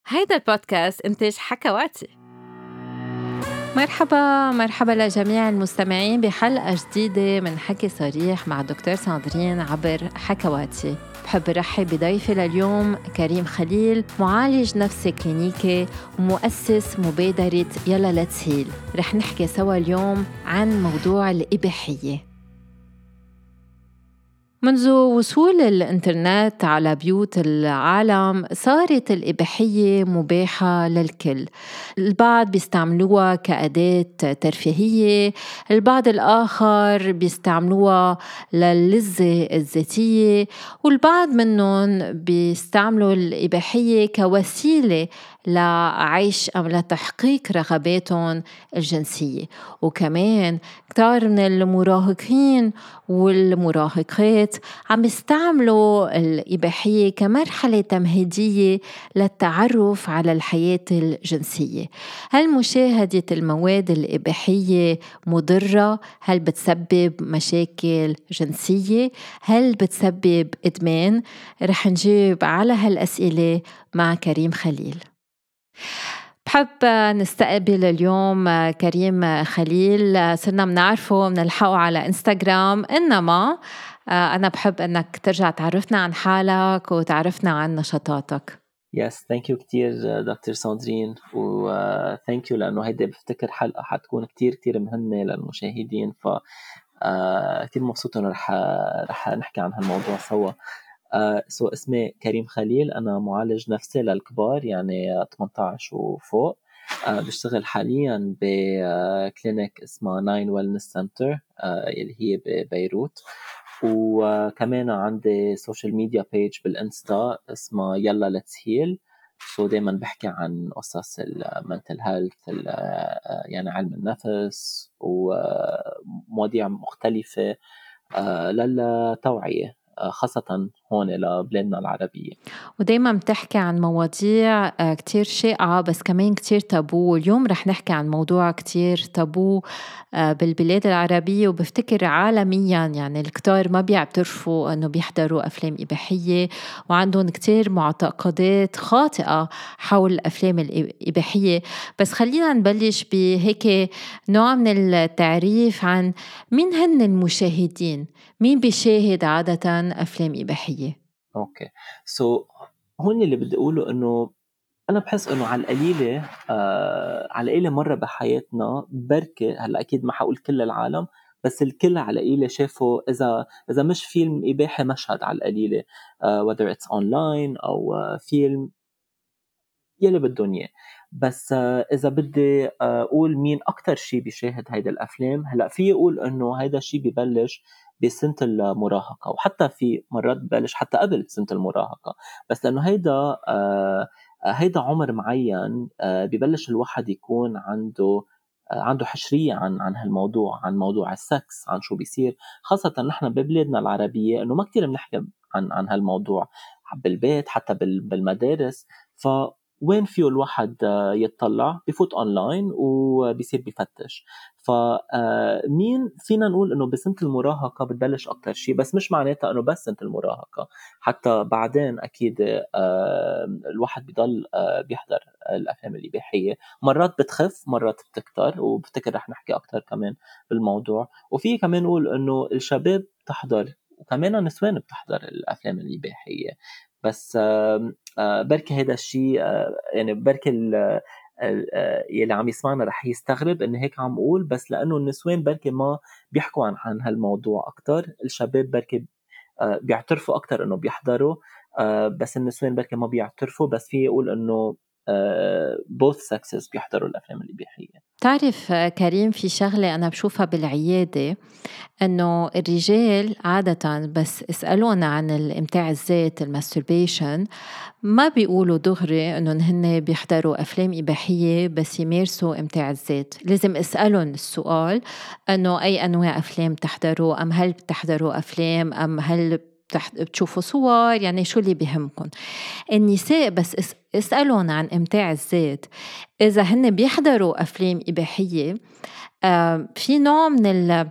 هيدا البودكاست إنتاج حكواتي. مرحبا لجميع المستمعين بحلقة جديدة من حكي صريح مع دكتور ساندرين عبر حكواتي. بحب رحب بضيفي لليوم كريم خليل، معالج نفسي كلينيكي ومؤسس مبادرة يلا ليتس هيل. رح نحكي سوا اليوم عن موضوع الإباحية. منذ وصول الإنترنت على بيوت العالم صارت الإباحية مباحة للكل. البعض بيستعملوها كأداة ترفيهية، البعض الآخر بيستعملوها للذة الذاتية، والبعض منهم بيستعملوا الإباحية كوسيلة لعيش أو لتحقيق رغباتهم الجنسية. وكمان كتار من المراهقين والمراهقات عم يستعملوا الإباحية كمرحلة تمهيدية للتعرف على الحياة الجنسية. هل مشاهدة المواد الإباحية مضرة؟ هل بتسبب مشاكل جنسية؟ هل بتسبب إدمان؟ رح نجيب على هالأسئلة مع كريم خليل. بحب نستقبل اليوم كريم خليل. صرنا منعرفه منلحقه على إنستغرام، إنما أنا بحب أنك ترجع تعرفنا عن حالك وتعرفنا عن نشاطاتك. Yes, thank you كتير دكتور ساندرين، و thank you لأنه هيدا بفتكر حلقة حتكون كتير مهمة للمشاهدين، ف كتير مبسوط إنه رح نحكي عن هالموضوع سوا. اسمي كريم خليل، أنا معالج نفسي للكبار يعني 18 وفوق. بشتغل حاليا بكلينيك اسمها 9 Wellness Center اللي هي ببيروت، وكمان عندي سوشيال ميديا بيج بالإنستا اسمها يلا ليتس هيل. دايما بحكي عن قصص المنتل هيلث، يعني علم النفس ومواضيع مختلفة للتوعية، خاصة هون لبلادنا العربية. ودايما بتحكي عن مواضيع كتير شائعة بس كمان كتير تابو. اليوم رح نحكي عن موضوع كتير تابو بالبلاد العربية وبفتكر عالميا. يعني الكتار ما بيعترفوا أنه بيحضروا أفلام إباحية، وعندهم كتير معتقدات خاطئة حول الأفلام الإباحية. بس خلينا نبلش بهيك نوع من التعريف عن مين هن المشاهدين، مين بيشاهد عادة أفلام إباحية. اوكي، هون اللي بدي اقوله انه انا بحس انه على القليله مره بحياتنا بركة، هلا اكيد ما حقول كل العالم، بس الكل على القليله شافوا اذا مش فيلم اباحي مشهد على القليله، whether it's online او فيلم يلي بدهم اياه. بس اذا بدي اقول مين اكتر شيء بيشاهد هيدا الافلام، هلا في اقول انه هيدا الشيء ببلش بسنة المراهقة، وحتى في مرات ببلش حتى قبل سنة المراهقة، بس لأنه هيدا عمر معين ببلش الواحد يكون عنده حشرية عن هالموضوع، عن موضوع السكس، عن شو بيصير، خاصة نحن ببلادنا العربية إنه ما كتير بنحكي عن هالموضوع بالبيت حتى بالمدارس. وين فيه الواحد يتطلع؟ بفوت أونلاين وبيصير بيفتش. فمين فينا نقول إنه بسنة المراهقة بتبلش أكتر شيء، بس مش معناتها إنه بس سنة المراهقة، حتى بعدين أكيد الواحد بيضل بيحضر الأفلام الإباحية. مرات بتخف مرات بتكتر، وبفتكر رح نحكي أكتر كمان بالموضوع. وفي كمان نقول إنه الشباب بتحضر وكمان النسوان بتحضر الأفلام الإباحية. بس بركي هذا الشيء يعني بركي يلي عم يسمعنا رح يستغرب إن هيك عم أقول، بس لأنه النسوان بركي ما بيحكوا عن هالموضوع أكتر، الشباب بركي بيعترفوا أكتر إنه بيحضروا، بس النسوان بركي ما بيعترفوا. بس في يقول إنه both sexes بيحضروا الأفلام الإباحية. تعرف كريم، في شغلة أنا بشوفها بالعيادة، أنه الرجال عادة بس اسألونا عن الإمتاع الذات الماستربيشن ما بيقولوا دغري أنه هن بيحضروا أفلام إباحية بس يمارسوا إمتاع الذات. لازم اسألهم السؤال أنه أي أنواع أفلام تحضروا، أم هل بتحضروا أفلام، أم هل بتشوفوا صور، يعني شو اللي بيهمكم. النساء بس اسألون عن إمتاع الذات إذا هن بيحضروا أفلام إباحية. في نوع من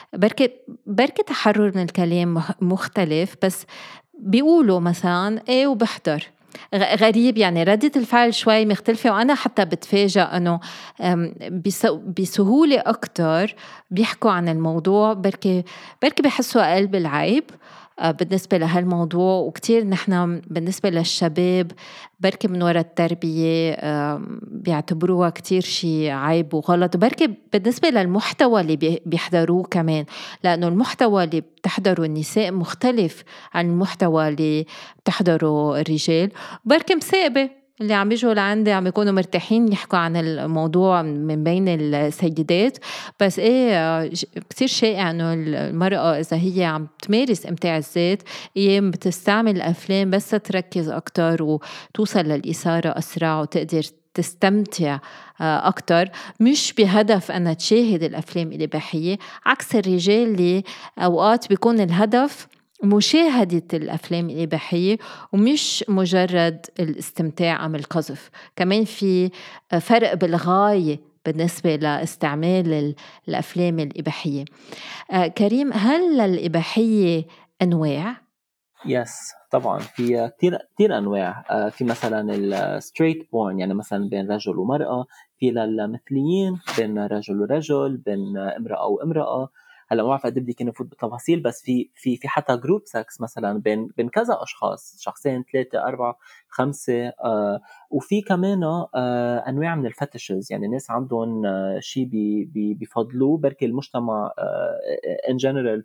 بركة تحرر من الكلام مختلف، بس بيقولوا مثلا إيه وبحضر. غريب، يعني ردة الفعل شوي مختلفة، وأنا حتى بتفاجأ أنه بسهولة أكتر بيحكوا عن الموضوع، بركي بيحسوا أقل بالعيب بالنسبة لهالموضوع. وكتير نحن بالنسبة للشباب بركي من وراء التربية بيعتبروها كتير شيء عيب وغلط، وبركي بالنسبة للمحتوى اللي بيحضروه كمان، لأنه المحتوى اللي بتحضره النساء مختلف عن المحتوى اللي بتحضره الرجال. بركي مساقبة اللي عم بيجوا لعندي عم يكونوا مرتاحين يحكوا عن الموضوع من بين السيدات. بس كتير شائع انه المرأة اذا هي عم تمارس امتاع الذات ايام بتستعمل الافلام بس تركز اكتر وتوصل للإثارة اسرع وتقدر تستمتع أكتر، مش بهدف أنها تشاهد الأفلام الإباحية، عكس الرجال اللي أوقات بيكون الهدف مشاهدة الأفلام الإباحية ومش مجرد الاستمتاع أم القذف. كمان في فرق بالغاية بالنسبة لاستعمال الأفلام الإباحية. كريم، هل للإباحية أنواع؟ يس طبعا في كتير انواع. في مثلا الستريت بورن، يعني مثلا بين رجل ومرأة، في للمثليين بين رجل ورجل، بين امرأة وامرأة. هلا ما بعرف قد بدي نفوت بالتفاصيل، بس في حتى جروب سكس مثلا بين كذا اشخاص، شخصين ثلاثة أربعة خمسة. وفي كمان انواع من الفتشز، يعني ناس عندهم شيء بفضلوه بركي المجتمع ان جنرال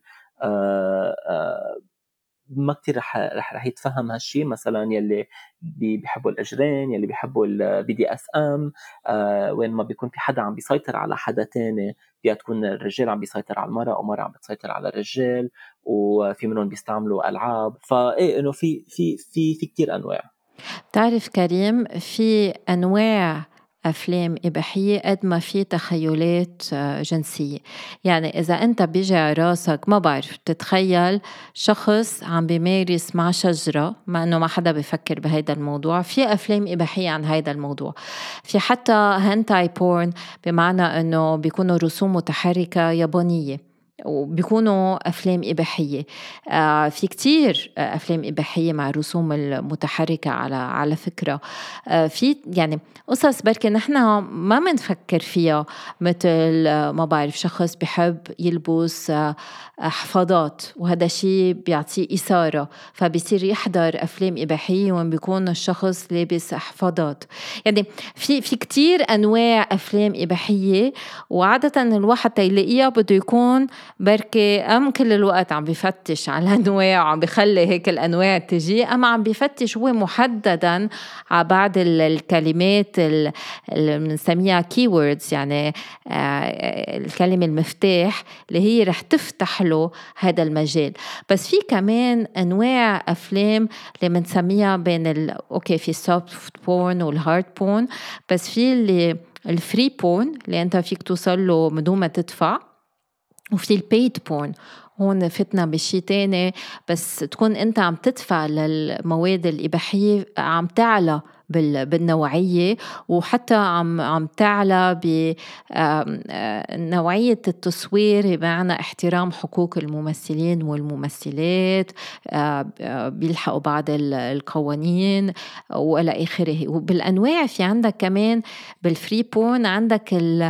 ما كتير رح يتفهم هالشي. مثلا يلي بيحبوا الأجرين، يلي بيحبوا البي دي اس ام، وين ما بيكون في حدا عم بيسيطر على حدا تاني، فيها تكون الرجال عم بيسيطر على المرأة ومرأة عم بتسيطر على الرجال، وفي منهم بيستعملوا ألعاب. فإيه إنه في كتير أنواع. تعرف كريم، في أنواع أفلام إباحية قد ما في تخيلات جنسية. يعني إذا أنت بيجي على راسك ما بعرف تتخيل شخص عم بيمارس مع شجرة، مع أنه ما حدا بيفكر بهيدا الموضوع، في أفلام إباحية عن هيدا الموضوع. في حتى هانتاي بورن، بمعنى أنه بيكونوا رسوم متحركة يابانية وبيكونوا أفلام إباحية. في كتير أفلام إباحية مع الرسوم المتحركة على فكرة. في يعني قصص بركة نحن ما منفكر فيها، مثل ما بعرف شخص بحب يلبس حفاضات، وهذا شيء بيعطيه إثارة، فبيصير يحضر أفلام إباحية وين بيكون الشخص لابس حفاضات. يعني في كتير أنواع أفلام إباحية، وعادة الواحد تيلاقيها بده يكون بركي أم كل الوقت عم بيفتش على الأنواع وعم بيخلي هيك الأنواع تجي، أما عم بيفتش هو محددا على بعض الكلمات اللي بنسميها keywords، يعني الكلمة المفتاح اللي هي رح تفتح له هذا المجال. بس في كمان أنواع أفلام اللي بنسميها بين أوكي في soft porn والhard porn، بس في اللي الفري بورن اللي أنت فيك توصل له بدون ما تدفع، وفي البيد بورن هون فتنا بشي تاني، بس تكون انت عم تدفع للمواد الإباحية، عم تعلى بالنوعية، وحتى عم تعلى بنوعية التصوير، بمعنى احترام حقوق الممثلين والممثلات، بيلحقوا بعض القوانين وإلى آخره. وبالأنواع في عندك كمان بالفري بورن عندك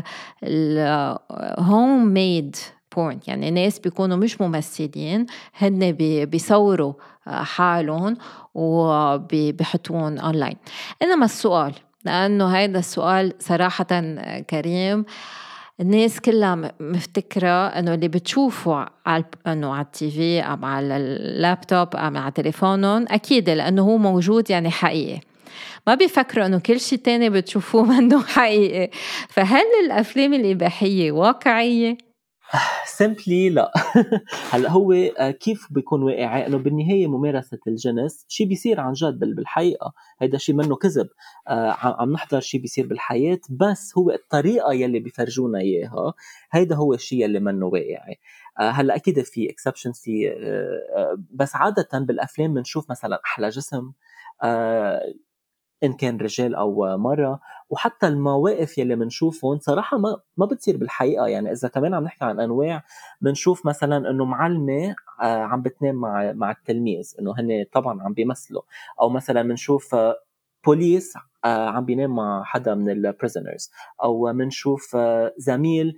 الهوم ميد بورن، يعني ناس بيكونوا مش ممثلين، هن بيصوروا حالهم وبيحطوهم أونلاين. إنما السؤال، لأنه هيدا السؤال صراحة كريم الناس كلها مفتكرة أنه اللي بتشوفوا أنه على التيفي أو على اللابتوب أو على تليفونهم أكيد لأنه هو موجود يعني حقيقي، ما بيفكروا أنه كل شيء تاني بتشوفوه منه حقيقي. فهل الأفلام الإباحية واقعية؟ سيمبلي لا. هلا هو كيف بيكون واقعي؟ انه بالنهايه ممارسه الجنس شيء بيصير عن جد بالحقيقه، هيدا شيء منه كذب. عم نحضر شيء بيصير بالحياه، بس هو الطريقه يلي بيفرجونا اياها هيدا هو الشيء يلي منه واقعي. هلا اكيد في اكسبشنز، في بس عاده بالافلام بنشوف مثلا احلى جسم، إن كان رجال أو مرة. وحتى المواقف يلي منشوفهم صراحة ما بتصير بالحقيقة. يعني إذا كمان عم نحكي عن أنواع، بنشوف مثلا إنه معلمة عم بتنام مع التلميذ، إنه هن طبعا عم بيمثلوا. أو مثلا بنشوف بوليس عم بينام مع حدا من البريزنرز. أو بنشوف زميل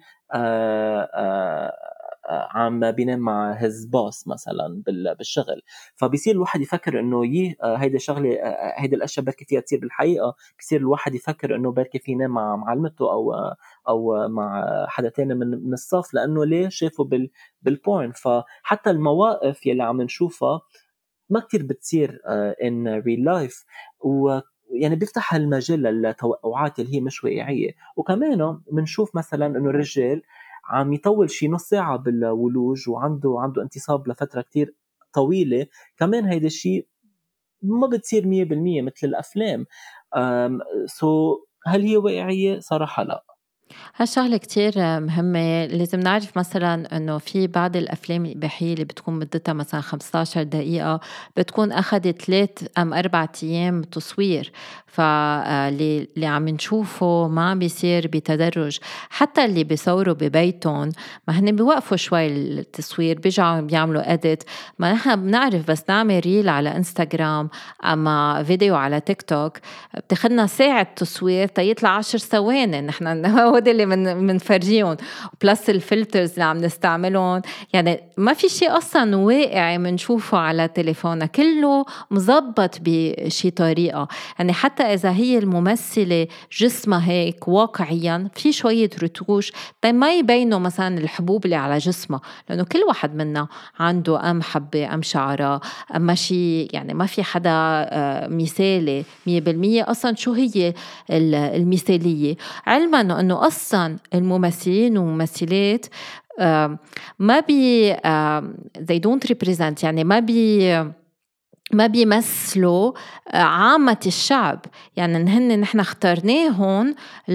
عم بينام مع هيز باس مثلا بالشغل. فبيصير الواحد يفكر انه هيدي شغله، هيدي الاشياء بركي فيها تصير بالحقيقه. بصير الواحد يفكر انه بركي في ينام مع معلمته او مع حدا تاني من الصف، لانه ليه شافه بالبورن. فحتى المواقف يلي عم نشوفها ما كتير بتصير in real life. يعني بيفتح المجال للتوقعات اللي هي مش واقعية. وكمان بنشوف مثلا انه الرجال عم يطول شي نص ساعة بالولوج، وعنده انتصاب لفترة كتير طويلة. كمان هيدا الشيء ما بتصير 100% مثل الأفلام. هل هي واقعية؟ صراحة لا. هالشغلة كتير مهمة. لازم نعرف مثلا انه في بعض الافلام الاباحية اللي بتكون مدتها مثلا 15 دقيقة بتكون اخذت 3 أم 4 ايام تصوير. فاللي عم نشوفه ما عم بيصير بتدرج. حتى اللي بيصوروا ببيتهم ما هن بيوقفوا شوي التصوير، بيرجعوا بيعملوا اديت. ما نحن بنعرف بس نعمل ريل على انستغرام اما فيديو على تيك توك بتاخدنا ساعة تصوير تيطلع 10 ثواني. نحن هو ده اللي منفرجيهم، بلس الفلترز اللي عم نستعملهم. يعني ما في شيء أصلا واقعي منشوفه على تليفوننا، كله مزبط بشي طريقة. يعني حتى إذا هي الممثلة جسمها هيك واقعيا في شوية رتوش، طيب ما يبينوا مثلا الحبوب اللي على جسمها، لأنه كل واحد منا عنده أم حبة أم شعرة أم ماشي. يعني ما في حدا مثالي 100%. أصلا شو هي المثالية؟ علما أنه أصلا الممثلين والممثلات ما بي they don't represent، يعني ما بيمثلوا عامة الشعب. يعني نحن اخترناهم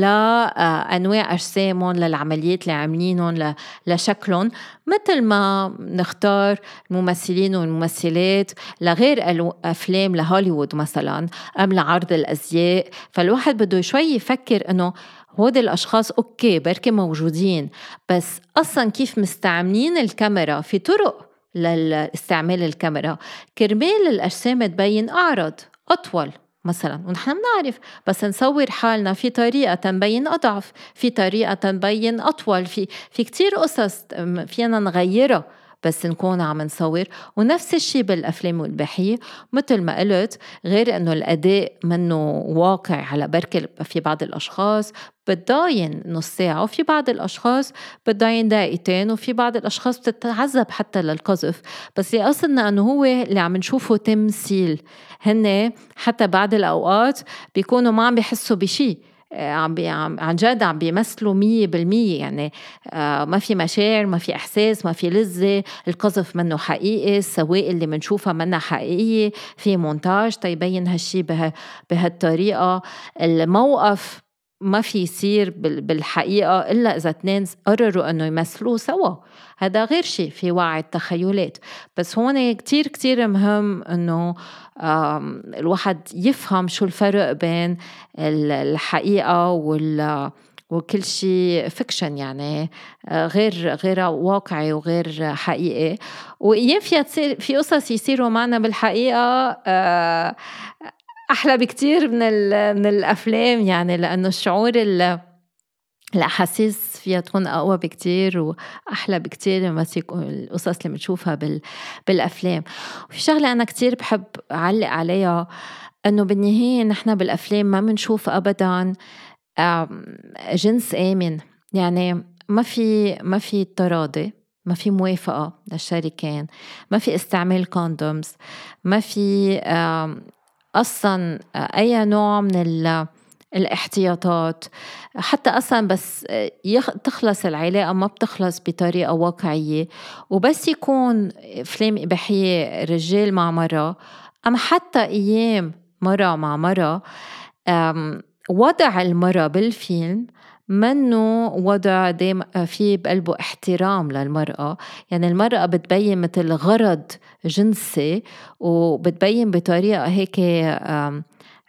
لأنواع أجسامهم، للعمليات اللي عاملينهم، لشكلهم، مثل ما نختار الممثلين والممثلات لغير أفلام لهوليوود مثلا أم لعرض الأزياء. فالواحد بده شوي يفكر أنه هود الأشخاص أوكي بركي موجودين، بس أصلا كيف مستعملين الكاميرا في طرق للاستعمال الكاميرا كرمال الأجسام تبين أعرض أطول مثلا. ونحن بنعرف بس نصور حالنا في طريقة تنبين أضعف، في طريقة تنبين أطول، في كتير قصص فينا نغيرها بس نكون عم نصور. ونفس الشيء بالأفلام والإباحية مثل ما قلت، غير أنه الأداء منه واقع على بركة. في بعض الأشخاص بتضاين نص ساعة، وفي بعض الأشخاص بتضاين دقيقتين، وفي بعض الأشخاص بتتعذب حتى للقذف. بس اللي قصدنا أنه هو اللي عم نشوفه تمثيل. هن حتى بعض الأوقات بيكونوا ما عم بيحسوا بشي، عن جد عم بيمثلوا 100%. يعني ما في مشاعر، ما في إحساس، ما في لذة. القذف منه حقيقي، السوائل اللي منشوفها منها حقيقية، في مونتاج تيبين هالشي بهالطريقة. الموقف ما في يصير بالحقيقة إلا إذا اثنين قرروا أنه يمثلوه سوا. هذا غير شيء في وعي التخيلات. بس هون كتير كتير مهم أنه الواحد يفهم شو الفرق بين الحقيقة وكل شيء فيكشن، يعني غير واقعي وغير حقيقي. وإيام فيها تصير في قصص يصيروا معنا بالحقيقة أحلى بكتير من الأفلام. يعني لأنه الشعور الأحاسيس فيها تكون أقوى بكتير وأحلى بكتير لما تكون القصص اللي بنشوفها بالأفلام. وفي شغلة أنا كتير بحب أعلق عليها، أنه بالنهاية نحن بالأفلام ما منشوف أبداً جنس آمن. يعني ما في تراضي، ما في موافقة للشريكين، ما في استعمال كوندومز، ما في أصلاً أي نوع من الاحتياطات. حتى أصلاً بس تخلص العلاقة ما بتخلص بطريقة واقعية. وبس يكون أفلام إباحية رجال مع مرة، أما حتى أيام مرة مع مرة، وضع المرأة بالفيلم منه وضع دايم فيه بقلبه احترام للمرأة. يعني المرأة بتبين مثل غرض جنسي، وبتبين بطريقة هيك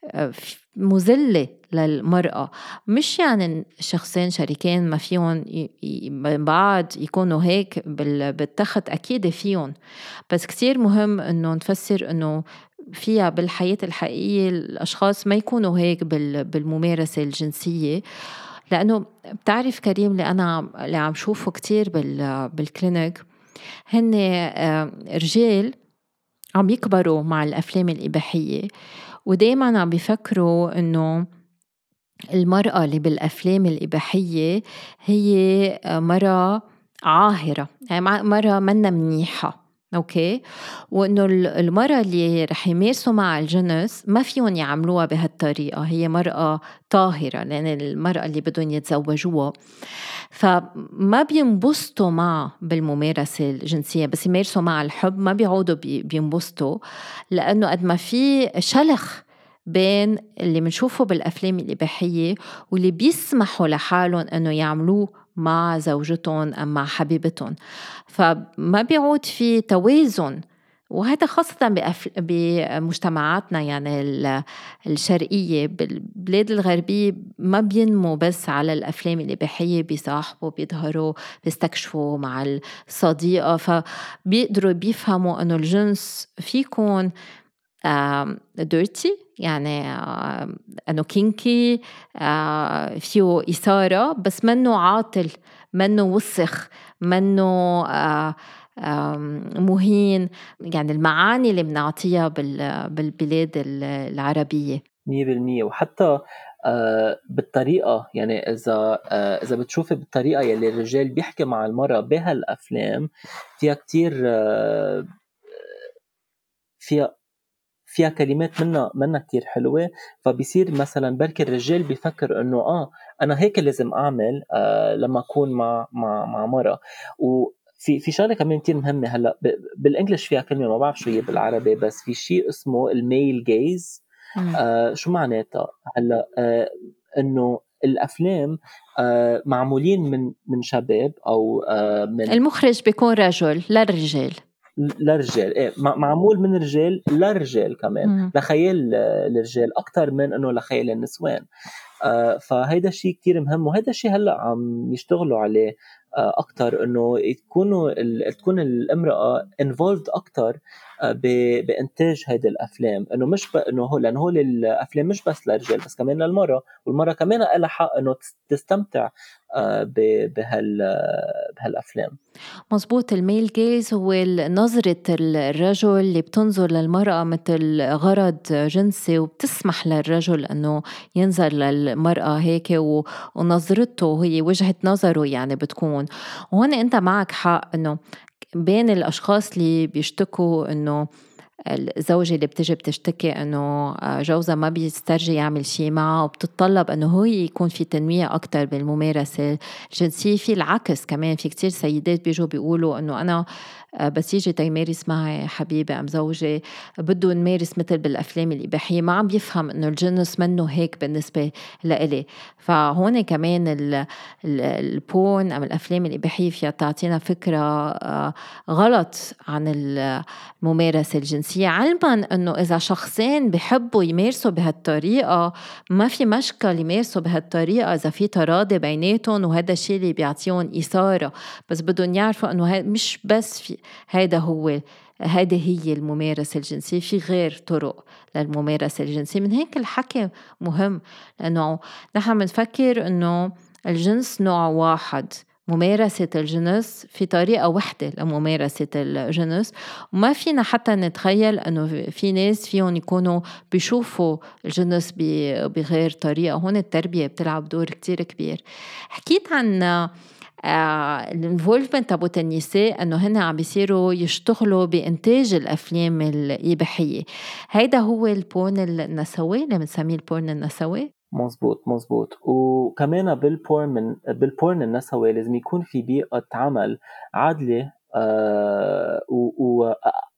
مذلة للمرأة. مش يعني شخصين شريكين ما فيهم من بعض يكونوا هيك بالتخت، أكيد فيهم، بس كتير مهم إنه نفسر إنه فيها بالحياة الحقيقية الأشخاص ما يكونوا هيك بالممارسة الجنسية. لأنه بتعرف كريم، اللي عم شوفه كتير بالكلينيك هن رجال عم يكبروا مع الأفلام الإباحية، ودايما عم بيفكروا إنه المرأة اللي بالأفلام الإباحية هي مرأة عاهرة، يعني مرأة منا منيحة. أوكي، وإنه المرأة اللي رح يمارسوا مع الجنس ما فيهم يعملوها بهالطريقة، هي مرأة طاهرة، لأن المرأة اللي بدهم يتزوجوها فما بينبسطوا معه بالممارسة الجنسية، بس يمارسوا مع الحب ما بيعودوا بينبسطوا، لأنه قد ما في شلخ بين اللي منشوفه بالأفلام الإباحية واللي بيسمحوا لحالهم أنه يعملوه مع زوجتهم أم مع حبيبتهم، فما بيعود في توازن. وهذا خاصة بمجتمعاتنا يعني الشرقية. بالبلاد الغربية ما بينموا بس على الأفلام الإباحية، بيصاحبوا، بيظهروا، بيستكشفوا مع الصديقة، فبيقدروا بيفهموا أنه الجنس فيكون dirty، يعني أنه كينكي، فيه إثارة، بس منه عاطل، منه وسخ، منه مهين، يعني المعاني اللي بنعطيها بالبلاد العربية. 100%. وحتى بالطريقة، يعني إذا بتشوفي بالطريقة يلي الرجال بيحكي مع المرأة بهالأفلام، فيها كتير فيها كلمات منا كتير حلوة. فبيصير مثلا بركي الرجال بيفكر إنه أنا هيك لازم أعمل لما أكون مع مرأة. وفي شغلة كمان كتير مهمة. هلا بالإنجليش فيها كلمة ما بعرف شو هي بالعربي، بس في شيء اسمه الميل جايز. شو معناتها؟ هلا انه الافلام معمولين من شباب او من المخرج بيكون رجل للرجال. لرجال، ايه معمول من رجال لرجال كمان، لخيال الرجال اكثر من انه لخيال النسوان. فهيدا شيء كتير مهم، وهيدا شيء هلا عم يشتغلوا عليه اكثر، انه تكون الامراه involved اكثر بانتاج هيدي الافلام. انه مش انه لانه هول الافلام مش بس للرجال، بس كمان للمراه، والمراه كمان لها حق انه تستمتع بهالافلام. مظبوط. الميل جيز هو نظرة الرجل اللي بتنظر للمرأة مثل غرض جنسي، وبتسمح للرجل أنه ينظر للمرأة هيك، ونظرته هي وجهة نظره يعني بتكون. وهون أنت معك حق أنه بين الأشخاص اللي بيشتكوا أنه الزوجة اللي بتجي بتشتكي أنه جوزها ما بيسترجي يعمل شيء معها، وبتطلب أنه هو يكون في تنويع أكتر بالممارسة الجنسية. في العكس كمان، في كتير سيدات بيجوا بيقولوا أنه أنا بس يجي تيمارس معي حبيبي أم زوجي بده نمارس مثل بالأفلام الإباحية، ما عم بيفهم أنه الجنس منه هيك بالنسبة لإلي. فهون كمان البورن أم الأفلام الإباحية فيها تعطينا فكرة غلط عن الممارسة الجنسية، علما أنه إذا شخصين بيحبوا يمارسوا بهالطريقة ما في مشكل يمارسوا بهالطريقة إذا في تراضي بيناتهم، وهذا الشيء اللي بيعطيهم إثارة. بس بدهم يعرفوا أنه مش بس هذه هي الممارسة الجنسية، في غير طرق للممارسة الجنسية. من هيك الحكي مهم، لأنه نحن بنفكر أنه الجنس نوع واحد، ممارسة الجنس في طريقة واحدة لممارسة الجنس، وما فينا حتى نتخيل أنه في ناس فيهم يكونوا بيشوفوا الجنس بغير طريقة. هون التربية بتلعب دور كتير كبير. حكيت عن الانفولفمنت تبعت النساء، انه هن عم بيصيروا يشتغلوا بانتاج الافلام الاباحيه. هيدا هو البورن النسوي اللي بنسميه البورن النسوي. مزبوط. وكمان بالبورن النسوي لازم يكون في بيئة عمل عادلة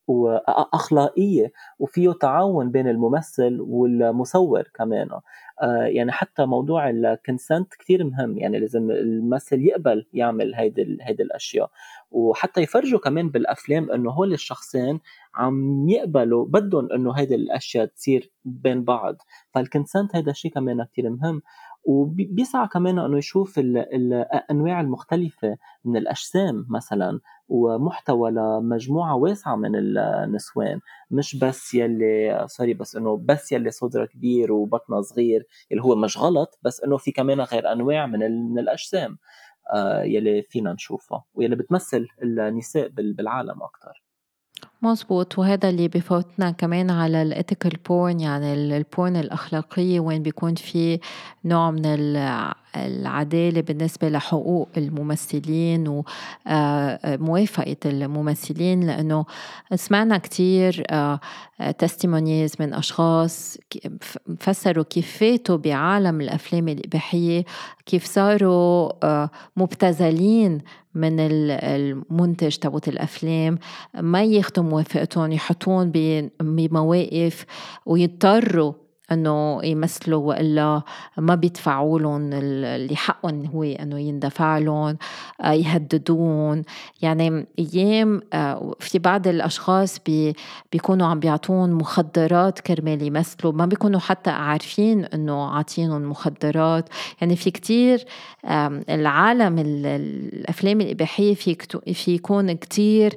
وأخلاقية، وفيه تعاون بين الممثل والمصور كمان. يعني حتى موضوع الكونسنت كتير مهم، يعني لازم الممثل يقبل يعمل هيدي الأشياء، وحتى يفرجوا كمان بالأفلام إنه هول الشخصين عم يقبلوا بدهم إنه هيدي الأشياء تصير بين بعض. فالكونسنت هيدا الشيء كمان كتير مهم. وبيسعى كمان إنه يشوف الأنواع المختلفة من الأجسام مثلا، ومحتوى لمجموعة واسعة من النسوان، مش بس يلي سوري بس انه بس يلي صدره كبير وبطنه صغير، اللي هو مش غلط، بس انه في كمان غير انواع من الاجسام يلي فينا نشوفها ويلي بتمثل النساء بالعالم اكثر. مظبوط، وهذا اللي بفوتنا كمان على الethical porn، يعني البورن الأخلاقية، وين بيكون في نوع من العدالة بالنسبة لحقوق الممثلين وموافقة الممثلين، لأنه سمعنا كتير testimonies من أشخاص فسروا كيف فاتوا بعالم الأفلام الإباحية، كيف صاروا مبتذلين من المنتج تبوت الأفلام، ما ياخدوا موافقتهم، يحطون بمواقف ويضطروا انه يمثلوا، والا ما بيدفعوا لهم اللي حقهم هو انه يندفع لهم، يهددون. يعني ايام في بعض الاشخاص بيكونوا عم بيعطون مخدرات كرمال يمثلوا، ما بيكونوا حتى عارفين انه عاطينهم مخدرات. يعني في كتير العالم الافلام الاباحيه في يكون كتير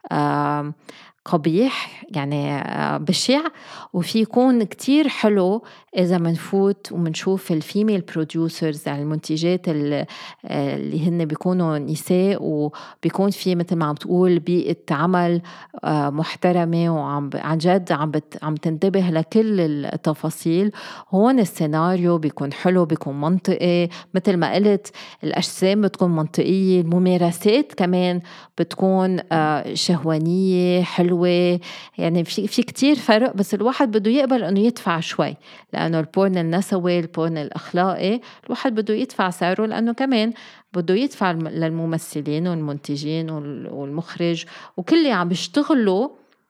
قبيح، يعني بشع، وفي يكون كتير حلو إذا منفوت ومنشوف الفيميل بروديوسرز، يعني المنتجات اللي هن بيكونوا نساء، وبيكون في مثل ما عم تقول بيئة عمل محترمة، وعن جد عم تنتبه لكل التفاصيل. هون السيناريو بيكون حلو، بيكون منطقي مثل ما قلت، الأجسام بتكون منطقية، الممارسات كمان بتكون شهوانية حلوة. يعني في كتير فرق، بس الواحد بده يقبل انه يدفع شوي، لانه البورن النسوي، البورن الاخلاقي، الواحد بده يدفع سعره، لانه كمان بده يدفع للممثلين والمنتجين والمخرج وكل اللي عم يشتغلوا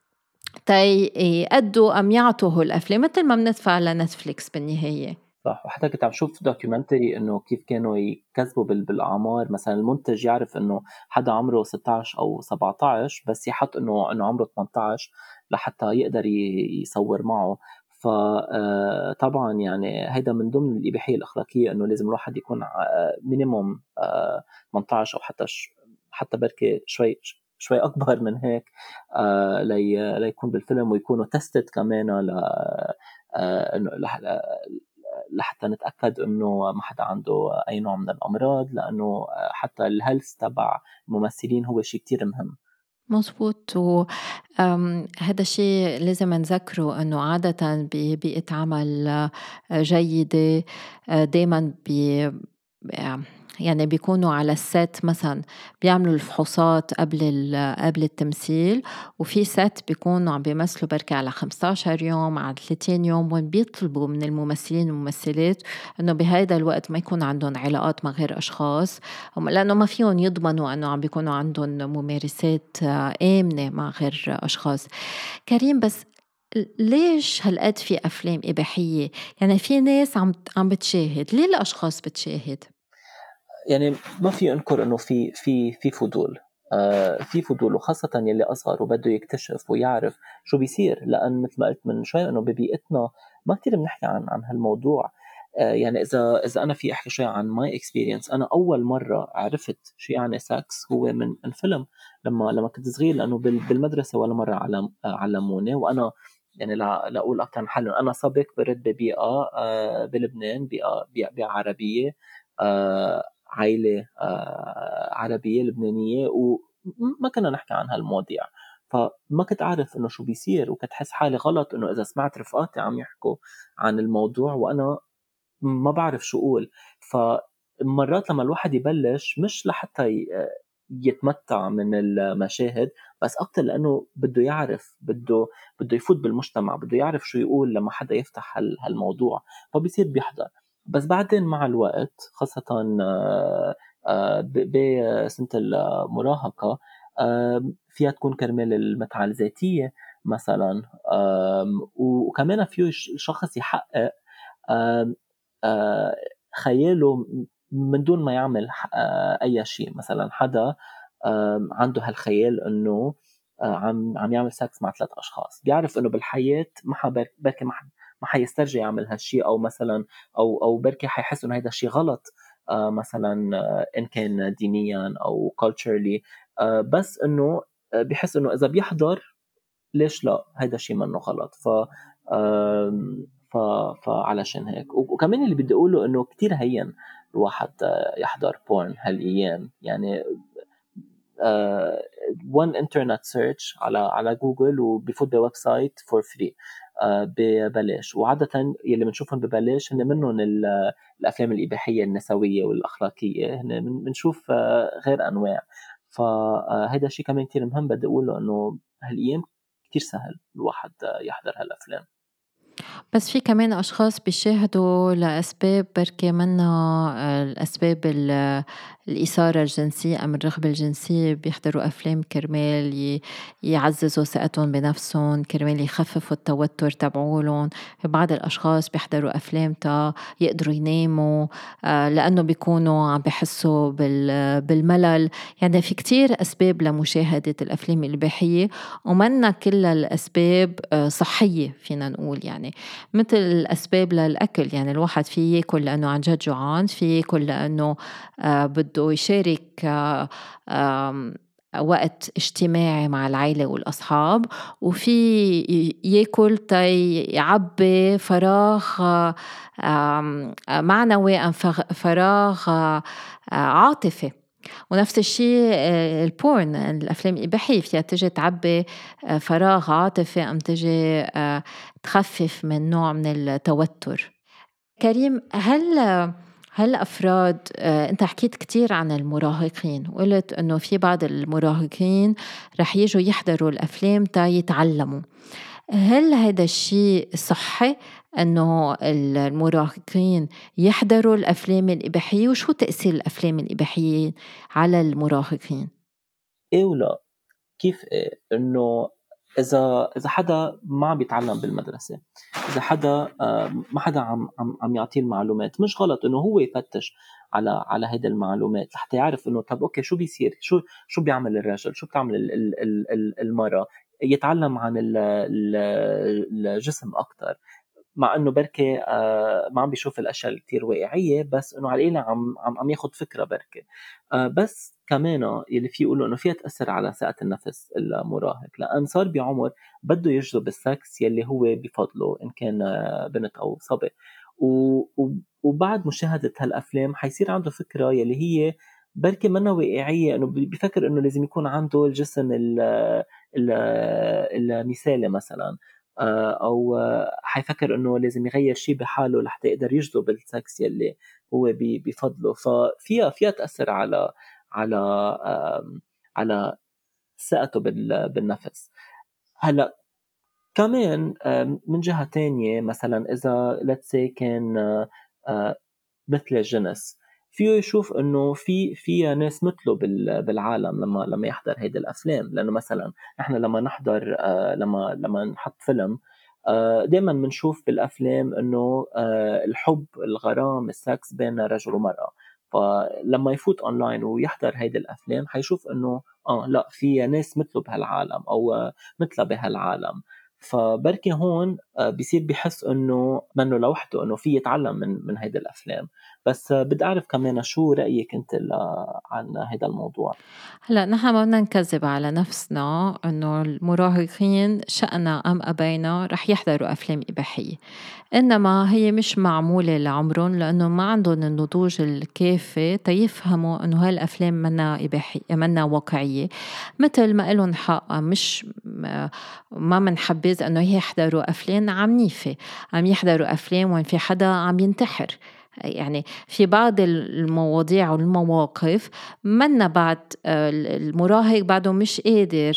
يأدوا أم يعطوا الأفلام، مثل ما بندفع لنتفليكس بالنهاية. صح. وحتى كنت عم شوف دوكيومنتري انه كيف كانوا يكذبوا بالاعمار، مثلا المنتج يعرف انه حدا عمره 16 او 17 بس يحط انه عمره 18 لحتى يقدر يصور معه. فطبعا يعني هيدا من ضمن الاباحيه الاخلاقيه، انه لازم الواحد يكون مينيموم 18 او حتى بركي شوي اكبر من هيك ليكون بالفيلم، ويكونوا تستد كمان انه لحتى نتأكد إنه ما حدا عنده أي نوع من الأمراض، لأنه حتى الهيلث تبع الممثلين هو شيء كتير مهم. مظبوط. هذا الشيء لازم نذكره، أنه عادة ببيئة عمل جيدة دايما يعني بيكونوا على السات، مثلا بيعملوا الفحوصات قبل التمثيل، وفي سات بيكونوا عم بيمثلوا بركة على 15 يوم، على 30 يوم، وين بيطلبوا من الممثلين والممثلات انه بهذا الوقت ما يكون عندهم علاقات مع غير اشخاص، لانه ما فيهم يضمنوا انه عم بيكونوا عندهم ممارسات آمنة مع غير اشخاص. كريم، بس ليش هالقد في افلام اباحية؟ يعني في ناس عم بتشاهد، ليه الاشخاص بتشاهد؟ يعني ما في انكر انه في فضول، في فضول، وخاصة يلي أصغر وبده يكتشف ويعرف شو بيصير، لأن مثل ما قلت من شوي إنه ببيئتنا ما كتير بنحكي عن هالموضوع. يعني إذا أنا في أحكي شوي عن ماي اكسبيرينس، أنا أول مرة عرفت شو يعني سكس هو من فيلم لما كنت صغير، لأنه بالمدرسة ولا مرة علموني. وأنا يعني لا أقول أكثر من حل، أنا صبي كبرت ببيئة بلبنان، بيئة عربية، عائلة عربية لبنانية، وما كنا نحكي عن هالمواضيع. فما كنت أعرف إنه شو بيصير، وكنت حس حالي غلط إنه إذا سمعت رفقاتي عم يحكوا عن الموضوع وأنا ما بعرف شو أقول. فمرات لما الواحد يبلش مش لحتى يتمتع من المشاهد، بس أكتر لأنه بده يعرف، بده يفوت بالمجتمع، بده يعرف شو يقول لما حدا يفتح هالموضوع، فبيصير بيحضر. بس بعدين مع الوقت، خاصة بسنة المراهقة، فيها تكون كرمال المتعة الذاتية مثلا. وكمان فيه شخص يحقق خياله من دون ما يعمل أي شيء. مثلا حدا عنده هالخيال إنه عم يعمل سكس مع 3 أشخاص، بيعرف إنه بالحياة بركي ما حيسترجع يعمل هالشيء، أو مثلا أو بركي حيحس إنه هيدا الشيء غلط، مثلا إن كان دينيا أو culturally. بس إنه بيحس إنه إذا بيحضر ليش لا، هيدا الشيء منه غلط. آم، ف فعلشان هيك. وكمان اللي بدي اقوله انه كتير هين الواحد يحضر بورن هالايام. يعني one internet search على جوجل وبفوت بويب سايت فور فري ببلاش. وعادة يلي بنشوفهم ببلاش هن منهم الافلام الاباحيه النسويه والاخلاقيه، هن بنشوف غير انواع. فهذا الشيء كمان كتير مهم بدي اقوله، انه هالايام كتير سهل الواحد يحضر هالافلام. بس في كمان أشخاص بيشاهدوا لأسباب بركي منا الأسباب الإثارة الجنسية أم الرغبة الجنسية، بيحضروا أفلام كرمال يعززوا ثقتهم بنفسهم، كرمال يخففوا التوتر تبعولهم. في بعض الأشخاص بيحضروا أفلام تا يقدروا يناموا، لأنه بيكونوا عم بحسوا بالملل. يعني في كتير أسباب لمشاهدة الأفلام الإباحية، ومنا كل الأسباب صحية فينا نقول. يعني مثل الأسباب للأكل، يعني الواحد فيه يأكل لأنه عن جد جوعان، فيه يأكل لأنه بده يشارك وقت اجتماعي مع العائلة والأصحاب، وفي يأكل تي يعبي فراغ معنوي أم فراغ عاطفي. ونفس الشيء البورن، الأفلام الإباحية فيها تجي تعبي فراغ عاطفي أم تجي تخفف من نوع من التوتر. كريم، هل أفراد أنت حكيت كتير عن المراهقين، وقلت أنه في بعض المراهقين رح يجوا يحضروا الأفلام تا يتعلموا. هل هذا الشيء صحي أنه المراهقين يحضروا الأفلام الإباحية؟ وشو تأثير الأفلام الإباحية على المراهقين؟ ايه ولا. كيف ايه؟ انه اذا حدا ما عم بيتعلم بالمدرسه، اذا حدا ما حدا عم يعطيه المعلومات، مش غلط انه هو يفتش على هيدا المعلومات لحتى يعرف انه طب اوكي شو بيصير، شو بيعمل الرجل، شو بتعمل المرأة، يتعلم عن الجسم اكثر. مع انه بركي ما عم بيشوف الاشياء كتير واقعيه، بس انه على القليله عم ياخذ فكره بركي. بس كمان يلي في يقولوا انه فيها تاثر على ثقه النفس المراهق، لان صار بعمر بده يجذب السكس يلي هو بفضله، ان كان بنت او صبي. وبعد مشاهده هالافلام حيصير عنده فكره يلي هي بركي منا واقعيه، انه بفكر انه لازم يكون عنده الجسم ال- المثالي مثلا. او حيفكر انه لازم يغير شيء بحاله لحتى يقدر يجذب السكس يلي هو بفضله. فيها تاثر على على ثقته بالنفس. هلا كمان من جهة تانية، مثلا إذا let's say كان آه، مثل الجنس، فيه يشوف انه في ناس مثله بالعالم لما يحضر هيدي الافلام. لانه مثلا احنا لما نحضر لما نحط فيلم، دائما بنشوف بالافلام انه الحب، الغرام، السكس بين رجل ومرأة. فلما يفوت اونلاين ويحضر هيدي الافلام حيشوف انه لا، في ناس مثله بهالعالم، او مثله بهالعالم. فبركي هون بيصير بحس انه منه لوحده، انه في يتعلم من هيدي الافلام. بس بدي اعرف كمان شو رايك انت عن هذا الموضوع. هلا نحن ما بدنا نكذب على نفسنا انه المراهقين شأنا ام ابينا رح يحضروا افلام اباحيه، انما هي مش معموله لعمرهم، لانه ما عندهم النضوج الكافي تيفهموا انه هالافلام منا اباحيه، منا واقعيه. مثل ما لهم حق، مش ما منحبذ انه يحضروا افلام عنيفه، عم يحضروا افلام وين في حدا عم ينتحر. يعني في بعض المواضيع والمواقف منا بعد المراهق بعده مش قادر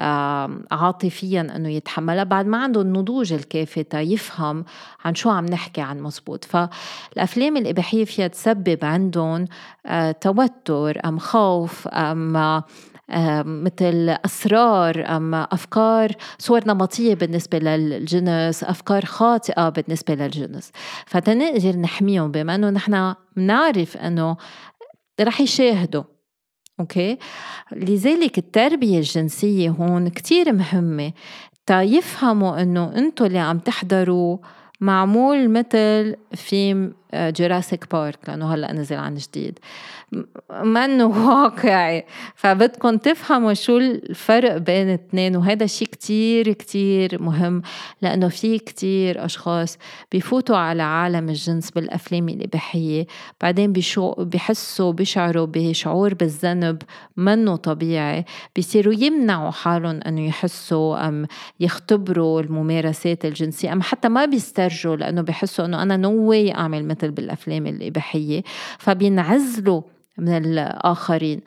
عاطفيا انه يتحملها، بعد ما عنده النضوج الكافي تا يفهم عن شو عم نحكي عن مزبوط. فالافلام الاباحيه فيها تسبب عندهم توتر ام خوف ام مثل أسرار أم أفكار، صور نمطية بالنسبة للجنس، أفكار خاطئة بالنسبة للجنس. فتنقدر نحميهم بما أنه نحن نعرف أنه رح يشاهدوا. أوكي، لذلك التربية الجنسية هون كتير مهمة، تا يفهموا أنه أنتوا اللي عم تحضروا معمول مثل فيلم جوراسيك بارك، لأنه هلأ نزل عن جديد، منه واقعي. فبدكم تفهموا شو الفرق بين الاثنين، وهذا الشيء كتير كتير مهم، لأنه في كتير أشخاص بيفوتوا على عالم الجنس بالأفلام الإباحية، بعدين بيحسوا بيشعروا بشعور بالذنب منه طبيعي، بيصيروا يمنعوا حالهم أنه يحسوا أم يختبروا الممارسات الجنسية، أم حتى ما بيسترجوا لأنه بيحسوا أنه أنا نوي أعمل مثل بالأفلام الإباحية، فبينعزلوا من الآخرين.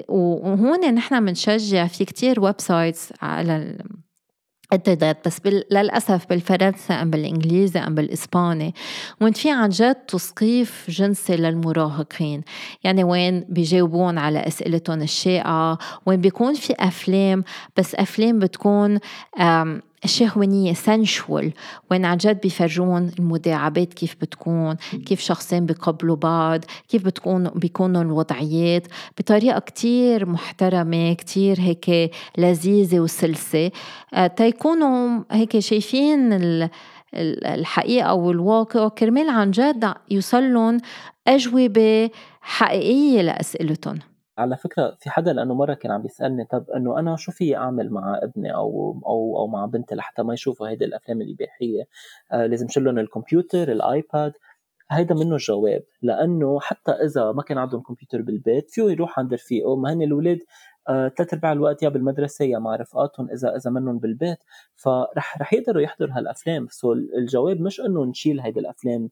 وهون نحن منشجع في كتير ويب سايتس على الانترنت، بس للأسف بالفرنسي أم بالإنجليزي أم بالإسباني، وين في عن جد تثقيف جنسي للمراهقين، يعني وين بيجاوبون على أسئلتهم الشائعة، وين بيكون في أفلام، بس أفلام بتكون شهوانية sensual، وين عن جد بيفرجون المداعبات كيف بتكون، كيف شخصين بيقبلوا بعض، كيف بيكونوا الوضعيات بطريقة كتير محترمة، كتير هيك لذيذة وسلسة، تيكونوا هيك شايفين الحقيقة والواقع، وكرمال عن جد يوصلون أجوبة حقيقية لأسئلتهم. على فكرة في حدا لأنه مرة كان عم بيسألني طب إنه أنا شو في أعمل مع ابني أو مع بنتي لحتى ما يشوفوا هيدي الأفلام الإباحية، لازم شلون الكمبيوتر الآيباد؟ هيدا منه الجواب، لأنه حتى إذا ما كان عندهم كمبيوتر بالبيت فيه يروح عند رفيقه، ما هن الأولاد 3/4 الوقت يا بالمدرسة يا مع رفقاتهم إذا منهم بالبيت، فرح يقدروا يحضروا هالأفلام. سو الجواب مش إنه نشيل هيدي الأفلام